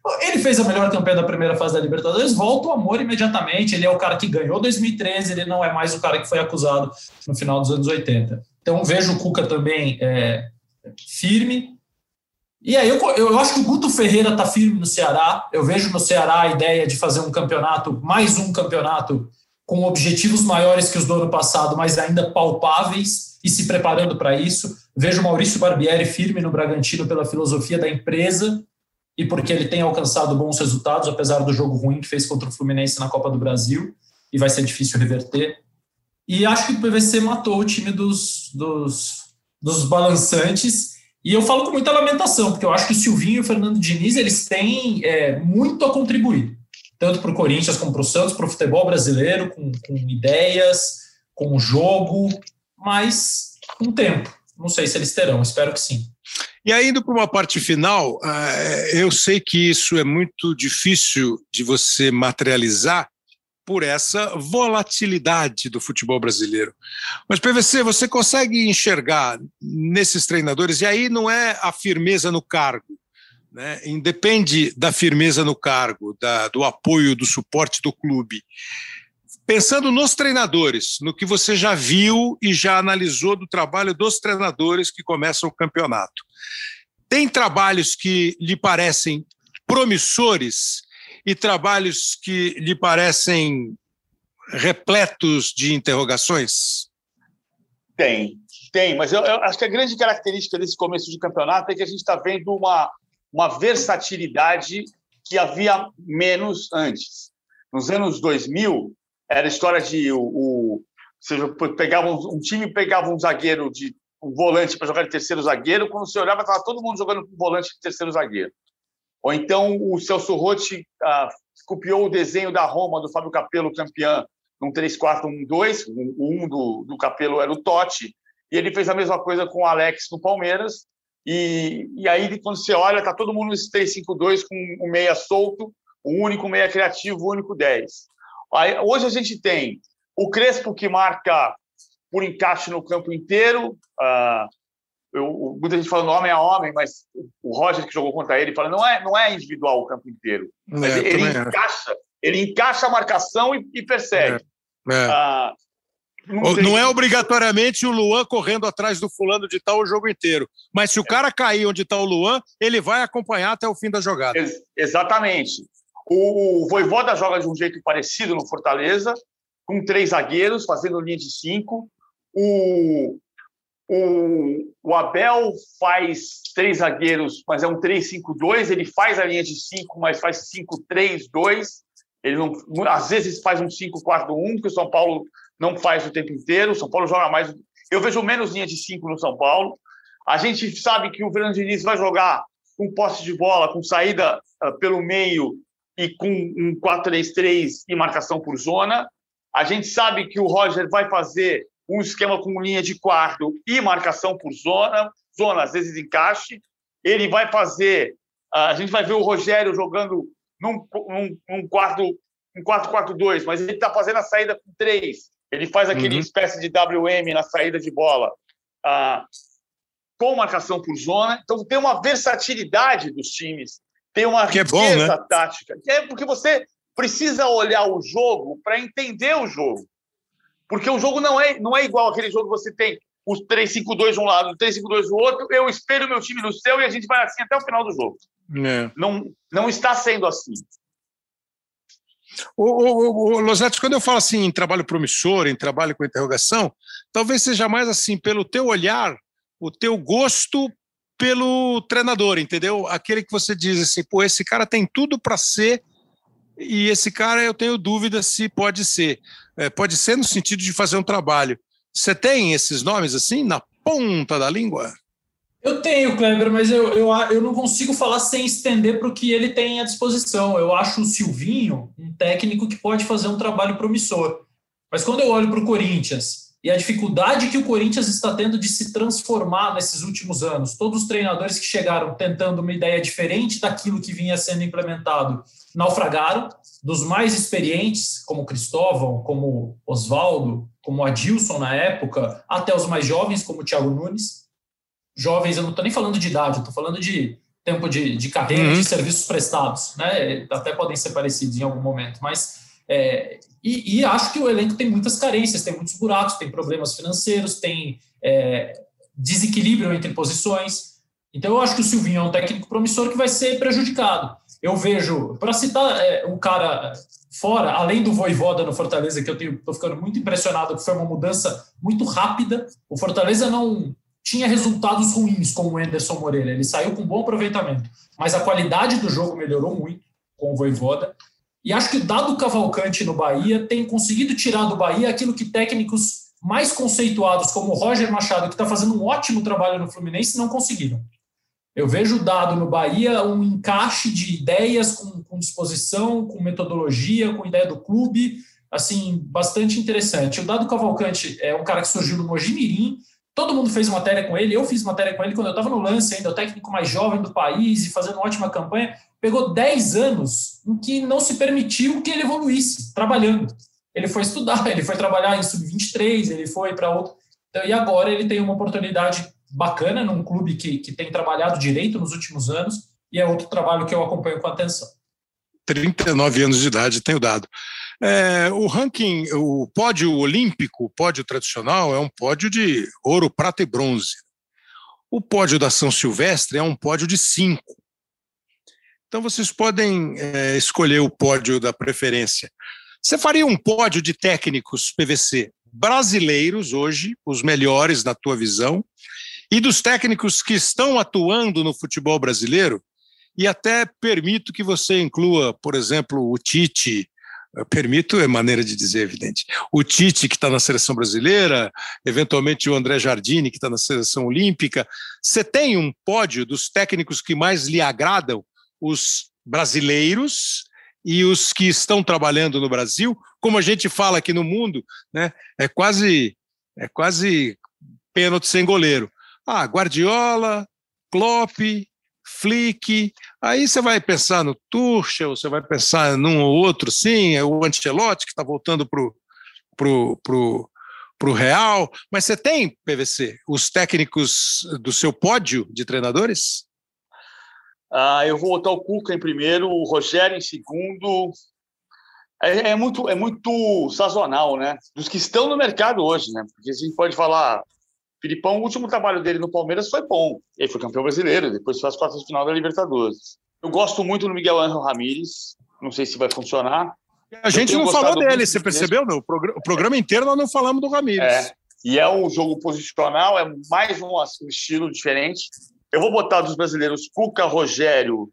Ele fez a melhor campanha da primeira fase da Libertadores, volta o amor imediatamente. Ele é o cara que ganhou dois mil e treze, ele não é mais o cara que foi acusado no final dos anos oitenta. Então vejo o Cuca também é, firme. E aí eu, eu acho que o Guto Ferreira está firme no Ceará. Eu vejo no Ceará a ideia de fazer um campeonato, mais um campeonato, com objetivos maiores que os do ano passado, mas ainda palpáveis, e se preparando para isso. Vejo o Maurício Barbieri firme no Bragantino pela filosofia da empresa e porque ele tem alcançado bons resultados, apesar do jogo ruim que fez contra o Fluminense na Copa do Brasil, e vai ser difícil reverter. E acho que o P V C matou o time dos, dos, dos balançantes, e eu falo com muita lamentação, porque eu acho que o Silvinho e o Fernando Diniz eles têm é, muito a contribuir, tanto para o Corinthians como para o Santos, para o futebol brasileiro, com, com ideias, com jogo, mas com tempo. Não sei se eles terão, espero que sim. E aí, indo para uma parte final, eu sei que isso é muito difícil de você materializar por essa volatilidade do futebol brasileiro. Mas, P V C, você consegue enxergar nesses treinadores, e aí não é a firmeza no cargo, né? Independe da firmeza no cargo, da, do apoio, do suporte do clube. Pensando nos treinadores, no que você já viu e já analisou do trabalho dos treinadores que começam o campeonato, tem trabalhos que lhe parecem promissores e trabalhos que lhe parecem repletos de interrogações? Tem, tem, mas eu, eu acho que a grande característica desse começo de campeonato é que a gente está vendo uma, uma versatilidade que havia menos antes. Nos anos dois mil, era a história de o, o, seja, pegava um, um time pegava um zagueiro, de um volante para jogar de terceiro zagueiro, quando você olhava, estava todo mundo jogando com volante de terceiro zagueiro. Ou então o Celso Rotti ah, copiou o desenho da Roma, do Fábio Capello, campeão, num três quatro um dois, o um do, do Capello era o Totti, e ele fez a mesma coisa com o Alex no Palmeiras, e, e aí quando você olha, está todo mundo nesse três cinco dois com um meia solto, o único meia criativo, o único dez. Aí, hoje a gente tem o Crespo, que marca por encaixe no campo inteiro. Uh, eu, muita gente fala homem a homem, mas o Roger, que jogou contra ele, fala não é, não é individual o campo inteiro. Mas é, ele, encaixa, ele encaixa a marcação e, e persegue. É, é. Uh, não, não é obrigatoriamente o Luan correndo atrás do fulano de tal o jogo inteiro. Mas se o é. cara cair onde está o Luan, ele vai acompanhar até o fim da jogada. Ex- exatamente. O Vojvoda joga de um jeito parecido no Fortaleza, com três zagueiros, fazendo linha de cinco. O, o, o Abel faz três zagueiros, mas é um três cinco dois. Ele faz a linha de cinco, mas faz cinco três dois. Ele não, às vezes faz um cinco quatro um, que o São Paulo não faz o tempo inteiro. O São Paulo joga mais. Eu vejo menos linha de cinco no São Paulo. A gente sabe que o Fernando Diniz vai jogar com posse de bola, com saída uh, pelo meio, e com um quatro três três e marcação por zona. A gente sabe que o Roger vai fazer um esquema com linha de quarto e marcação por zona, zona às vezes encaixe. Ele vai fazer, a gente vai ver o Rogério jogando num, num, num quarto, um quatro quatro dois, mas ele está fazendo a saída com três. Ele faz aquele uhum. espécie de W M na saída de bola, ah, com marcação por zona. Então tem uma versatilidade dos times. Tem uma que riqueza é bom, né? tática. Que é porque você precisa olhar o jogo para entender o jogo. Porque o jogo não é, não é igual aquele jogo que você tem os três cinco dois de um lado, o três cinco dois do outro. Eu espelho meu time no seu e a gente vai assim até o final do jogo. É. Não, não está sendo assim. O, o, o Losetti, quando eu falo assim em trabalho promissor, em trabalho com interrogação, talvez seja mais assim pelo teu olhar, o teu gosto pelo treinador, entendeu? Aquele que você diz assim, pô, esse cara tem tudo para ser, e esse cara eu tenho dúvida se pode ser. É, pode ser no sentido de fazer um trabalho. Você tem esses nomes assim, na ponta da língua? Eu tenho, Kleber, mas eu, eu, eu não consigo falar sem estender para o que ele tem à disposição. Eu acho o Silvinho um técnico que pode fazer um trabalho promissor. Mas quando eu olho para o Corinthians e a dificuldade que o Corinthians está tendo de se transformar nesses últimos anos, todos os treinadores que chegaram tentando uma ideia diferente daquilo que vinha sendo implementado naufragaram, dos mais experientes, como Cristóvão, como Oswaldo, como Adilson na época, até os mais jovens, como o Thiago Nunes. Jovens, eu não estou nem falando de idade, eu estou falando de tempo de, de carreira, uhum. de serviços prestados, né? Até podem ser parecidos em algum momento, mas é, e, e acho que o elenco tem muitas carências, tem muitos buracos, tem problemas financeiros, tem é, desequilíbrio entre posições. Então eu acho que o Silvinho é um técnico promissor que vai ser prejudicado. Eu vejo, para citar é, um cara fora, além do Vojvoda no Fortaleza, que eu estou ficando muito impressionado, que foi uma mudança muito rápida. O Fortaleza não tinha resultados ruins com o Anderson Moreira, ele saiu com bom aproveitamento, mas a qualidade do jogo melhorou muito com o Vojvoda, e acho que o Dado Cavalcante no Bahia tem conseguido tirar do Bahia aquilo que técnicos mais conceituados, como o Roger Machado, que está fazendo um ótimo trabalho no Fluminense, não conseguiram. Eu vejo o Dado no Bahia um encaixe de ideias com, com disposição, com metodologia, com ideia do clube, assim, bastante interessante. O Dado Cavalcante é um cara que surgiu no Mojimirim. Todo mundo fez matéria com ele, eu fiz matéria com ele quando eu estava no Lance ainda, o técnico mais jovem do país e fazendo uma ótima campanha. Pegou dez anos em que não se permitiu que ele evoluísse, trabalhando. Ele foi estudar, ele foi trabalhar em sub vinte e três, ele foi para outro... Então, e agora ele tem uma oportunidade bacana num clube que, que tem trabalhado direito nos últimos anos, e é outro trabalho que eu acompanho com atenção. trinta e nove anos de idade, tenho dado. É, o ranking, o pódio olímpico, o pódio tradicional, é um pódio de ouro, prata e bronze. O pódio da São Silvestre é um pódio de cinco. Então vocês podem é, escolher o pódio da preferência. Você faria um pódio de técnicos P V C brasileiros hoje, os melhores na tua visão, e dos técnicos que estão atuando no futebol brasileiro, e até permito que você inclua, por exemplo, o Tite. Permito é maneira de dizer, evidente. O Tite, que está na seleção brasileira, eventualmente o André Jardine, que está na seleção olímpica. Você tem um pódio dos técnicos que mais lhe agradam, os brasileiros e os que estão trabalhando no Brasil? Como a gente fala aqui no mundo, né, é quase, é quase pênalti sem goleiro. Ah, Guardiola, Klopp, Flick, aí você vai pensar no Tuchel, você vai pensar num ou outro, sim, é o Ancelotti que está voltando para o pro, pro, pro Real, mas você tem, P V C, os técnicos do seu pódio de treinadores? Ah, eu vou botar o Cuca em primeiro, o Rogério em segundo. É, é, muito, é muito sazonal, né? Dos que estão no mercado hoje, né? Porque a gente pode falar... Filipão, o último trabalho dele no Palmeiras foi bom. Ele foi campeão brasileiro, depois foi às quartas de final da Libertadores. Eu gosto muito do Miguel Ángel Ramírez, não sei se vai funcionar. A gente não falou dele, você percebeu? Não? O, programa, o programa inteiro nós não falamos do Ramírez. É, e é um jogo posicional, é mais um, um estilo diferente. Eu vou botar dos brasileiros Cuca, Rogério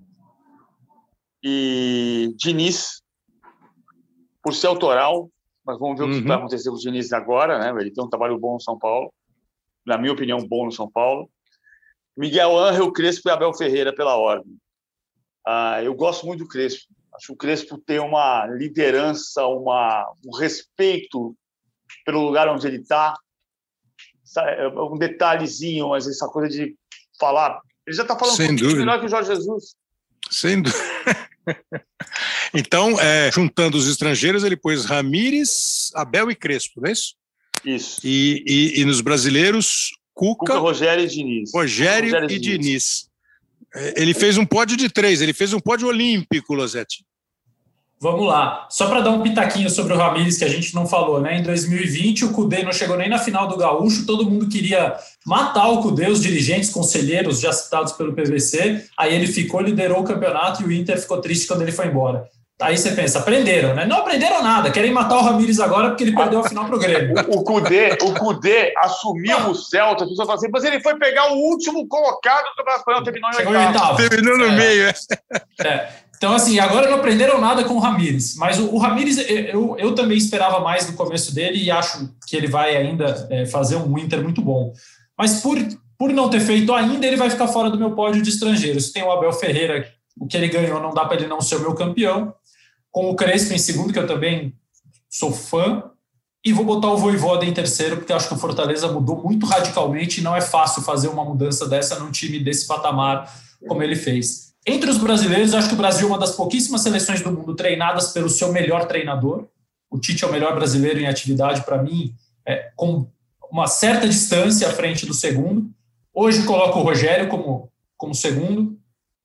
e Diniz, por ser autoral, mas vamos ver uhum. o que vai acontecer com o Diniz agora, né? Ele tem um trabalho bom no São Paulo. Na minha opinião, bom no São Paulo. Miguel Ángel, Crespo e Abel Ferreira pela ordem. Ah, eu gosto muito do Crespo. Acho que o Crespo tem uma liderança, uma, um respeito pelo lugar onde ele está. Um detalhezinho, mas essa coisa de falar... Ele já está falando Sem dúvida. melhor que o Jorge Jesus. Sem dúvida. Então, é, juntando os estrangeiros, ele pôs Ramírez, Abel e Crespo, não é isso? Isso. E, e, e nos brasileiros, Cuca, Cuca, Rogério e Diniz. Rogério, Rogério e Diniz. Diniz. Ele fez um pódio de três, ele fez um pódio olímpico, Losetti. Vamos lá. Só para dar um pitaquinho sobre o Ramírez, que a gente não falou, né? Em dois mil e vinte, o Cudê não chegou nem na final do Gaúcho, todo mundo queria matar o Cudê, os dirigentes, conselheiros já citados pelo P V C, aí ele ficou, liderou o campeonato e o Inter ficou triste quando ele foi embora. Aí você pensa, aprenderam, né? Não aprenderam nada, querem matar o Ramírez agora porque ele perdeu a final pro Grêmio. O Cudê, o Cudê assumiu ah. o Celta, as pessoas falam assim, mas ele foi pegar o último colocado do Campeonato Espanhol, terminou em oitavo. Terminou no é. meio, é. é. Então, assim, agora não aprenderam nada com o Ramírez, mas o, o Ramírez, eu, eu também esperava mais no começo dele e acho que ele vai ainda é, fazer um Inter muito bom. Mas por, por não ter feito ainda, ele vai ficar fora do meu pódio de estrangeiros. Tem o Abel Ferreira, o que ele ganhou não dá para ele não ser o meu campeão. Com o Crespo em segundo, que eu também sou fã, e vou botar o Vojvoda em terceiro, porque acho que o Fortaleza mudou muito radicalmente e não é fácil fazer uma mudança dessa num time desse patamar como ele fez. Entre os brasileiros, acho que o Brasil é uma das pouquíssimas seleções do mundo treinadas pelo seu melhor treinador. O Tite é o melhor brasileiro em atividade, para mim, é, com uma certa distância à frente do segundo. Hoje coloco o Rogério como, como segundo.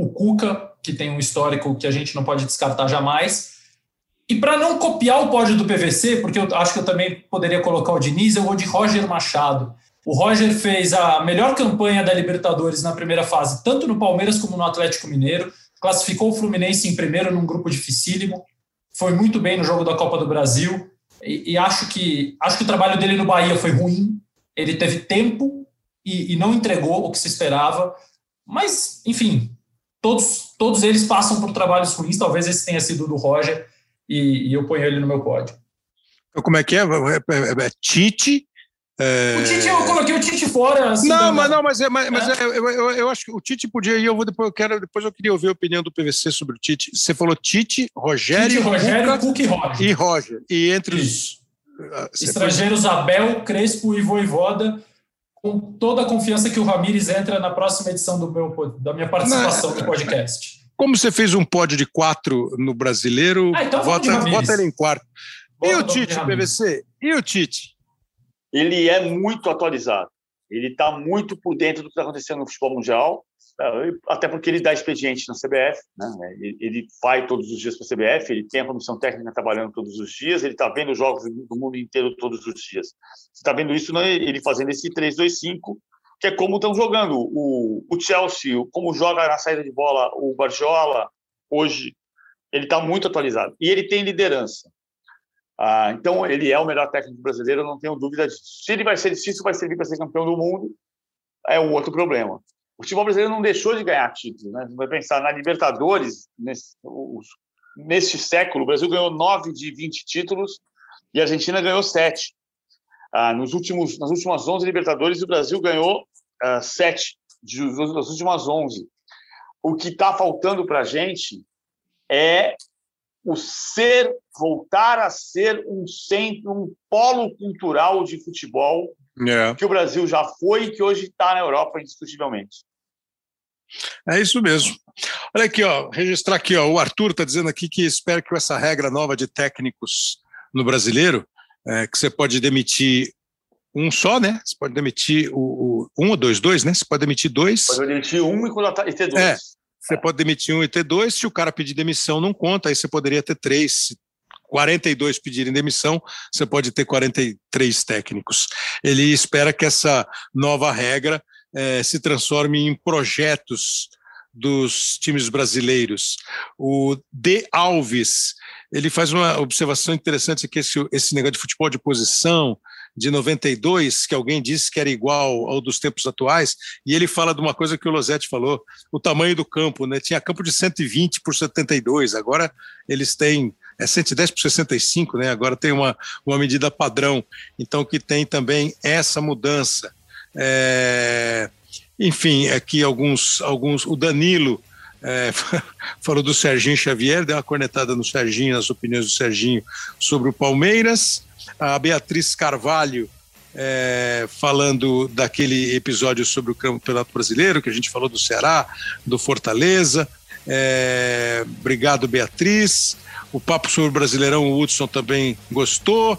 o Cuca, que tem um histórico que a gente não pode descartar jamais. E para não copiar o pódio do P V C, porque eu acho que eu também poderia colocar o Diniz, eu vou de Roger Machado. O Roger fez a melhor campanha da Libertadores na primeira fase, tanto no Palmeiras como no Atlético Mineiro, classificou o Fluminense em primeiro num grupo dificílimo, foi muito bem no jogo da Copa do Brasil, e, e acho, que, acho que o trabalho dele no Bahia foi ruim, ele teve tempo e, e não entregou o que se esperava, mas, enfim, todos, todos eles passam por trabalhos ruins, talvez esse tenha sido o do Roger, e, e eu ponho ele no meu pódio. Como é que é? É, é, é Tite... É... O Tite, eu coloquei o Tite fora. Assim, não, da... mas não, mas, é, mas, é. mas é, eu, eu, eu acho que o Tite podia ir. Eu vou depois. Eu quero depois eu queria ouvir a opinião do P V C sobre o Tite. Você falou Tite, Rogério, Tite, Rogério, Cuca, Cuca e Roger. E Roger. E entre Isso. os estrangeiros, foi... Abel, Crespo e Vojvoda, com toda a confiança que o Ramires entra na próxima edição do meu, da minha participação não, no podcast. Como você fez um pódio de quatro no Brasileiro, ah, então bota, bota ele em quarto. Bota e o Tite, P V C? E o Tite? Ele é muito atualizado. Ele está muito por dentro do que está acontecendo no futebol mundial, até porque ele dá expediente na C B F, né? Ele vai todos os dias para a C B F, ele tem a comissão técnica trabalhando todos os dias, ele está vendo jogos do mundo inteiro todos os dias. Você está vendo isso, né? Ele fazendo esse três dois cinco, que é como estão jogando o, o Chelsea, como joga na saída de bola o Guardiola hoje. Ele está muito atualizado. E ele tem liderança. Ah, então, ele é o melhor técnico brasileiro, eu não tenho dúvida disso. Se ele vai ser difícil, vai servir para ser campeão do mundo, é um outro problema. O futebol brasileiro não deixou de ganhar títulos, né? Você vai pensar na Libertadores, nesse, os, neste século, o Brasil ganhou nove de vinte títulos e a Argentina ganhou sete. Ah, nos últimos, nas últimas onze Libertadores, o Brasil ganhou ah, sete das últimas onze. O que está faltando para a gente é o ser, voltar a ser um centro, um polo cultural de futebol, yeah. que o Brasil já foi e que hoje está na Europa indiscutivelmente. É isso mesmo. Olha aqui, ó, registrar aqui, ó, o Arthur está dizendo aqui que espera que essa regra nova de técnicos no brasileiro, é, que você pode demitir um só, né? Você pode demitir o, o um ou dois, dois, né? Você pode demitir dois. Pode demitir um e ter dois. É. Você pode demitir um e ter dois, se o cara pedir demissão não conta, aí você poderia ter três. Se quarenta e dois pedirem demissão, você pode ter quarenta e três técnicos. Ele espera que essa nova regra eh, se transforme em projetos dos times brasileiros. O D. Alves, ele faz uma observação interessante, que esse, esse negócio de futebol de posição de noventa e dois, que alguém disse que era igual ao dos tempos atuais, e ele fala de uma coisa que o Losetti falou, o tamanho do campo, né? Tinha campo de cento e vinte por setenta e dois, agora eles têm é cento e dez por sessenta e cinco, né? Agora tem uma, uma medida padrão, então que tem também essa mudança. É... Enfim, aqui alguns, alguns o Danilo é, falou do Serginho Xavier, deu uma cornetada no Serginho, nas opiniões do Serginho sobre o Palmeiras. A Beatriz Carvalho é, falando daquele episódio sobre o Campeonato Brasileiro, que a gente falou do Ceará, do Fortaleza. É, obrigado, Beatriz. O papo sobre o Brasileirão, o Hudson também gostou.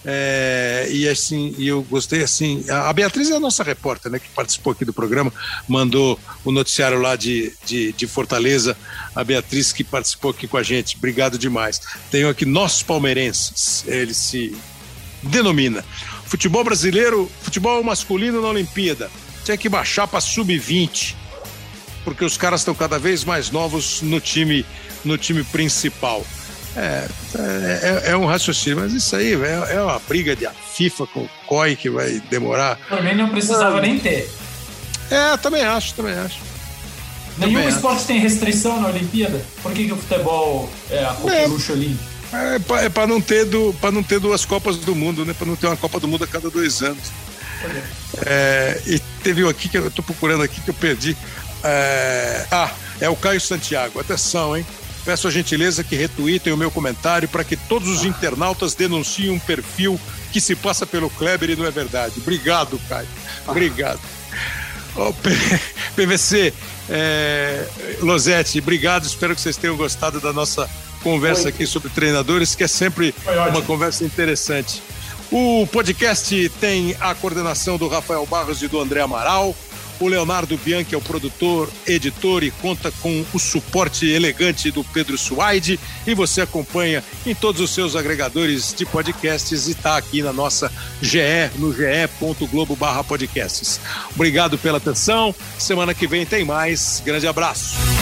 É, e assim, e eu gostei assim. A Beatriz é a nossa repórter, né, que participou aqui do programa, mandou o noticiário lá de, de, de Fortaleza. A Beatriz que participou aqui com a gente, obrigado demais. Tenho aqui nossos palmeirenses, ele se denomina. Futebol brasileiro, futebol masculino na Olimpíada, tinha que baixar para sub vinte, porque os caras estão cada vez mais novos no time, no time principal. É, é, é um raciocínio, mas isso aí é, é uma briga de a FIFA com o C O I que vai demorar. Por mim não precisava é. nem ter. É, também acho, também acho. Nenhum também esporte acho. tem restrição na Olimpíada? Por que, que o futebol é a coqueluche olímpica? É para não ter do, para não ter duas Copas do Mundo, né? Para não ter uma Copa do Mundo a cada dois anos. É, e teve um aqui que eu estou procurando aqui que eu perdi. É, ah, é o Caio Santiago. Atenção, hein? Peço a gentileza que retweetem o meu comentário para que todos os internautas denunciem um perfil que se passa pelo Kleber e não é verdade. Obrigado, Caio. Obrigado. Oh, P V C, é, Losetti, obrigado. Espero que vocês tenham gostado da nossa conversa aqui sobre treinadores, que é sempre uma conversa interessante. O podcast tem a coordenação do Rafael Barros e do André Amaral. O Leonardo Bianchi é o produtor, editor e conta com o suporte elegante do Pedro Suaide. E você acompanha em todos os seus agregadores de podcasts e está aqui na nossa G E, no ge.globo barra podcasts. Obrigado pela atenção. Semana que vem tem mais. Grande abraço.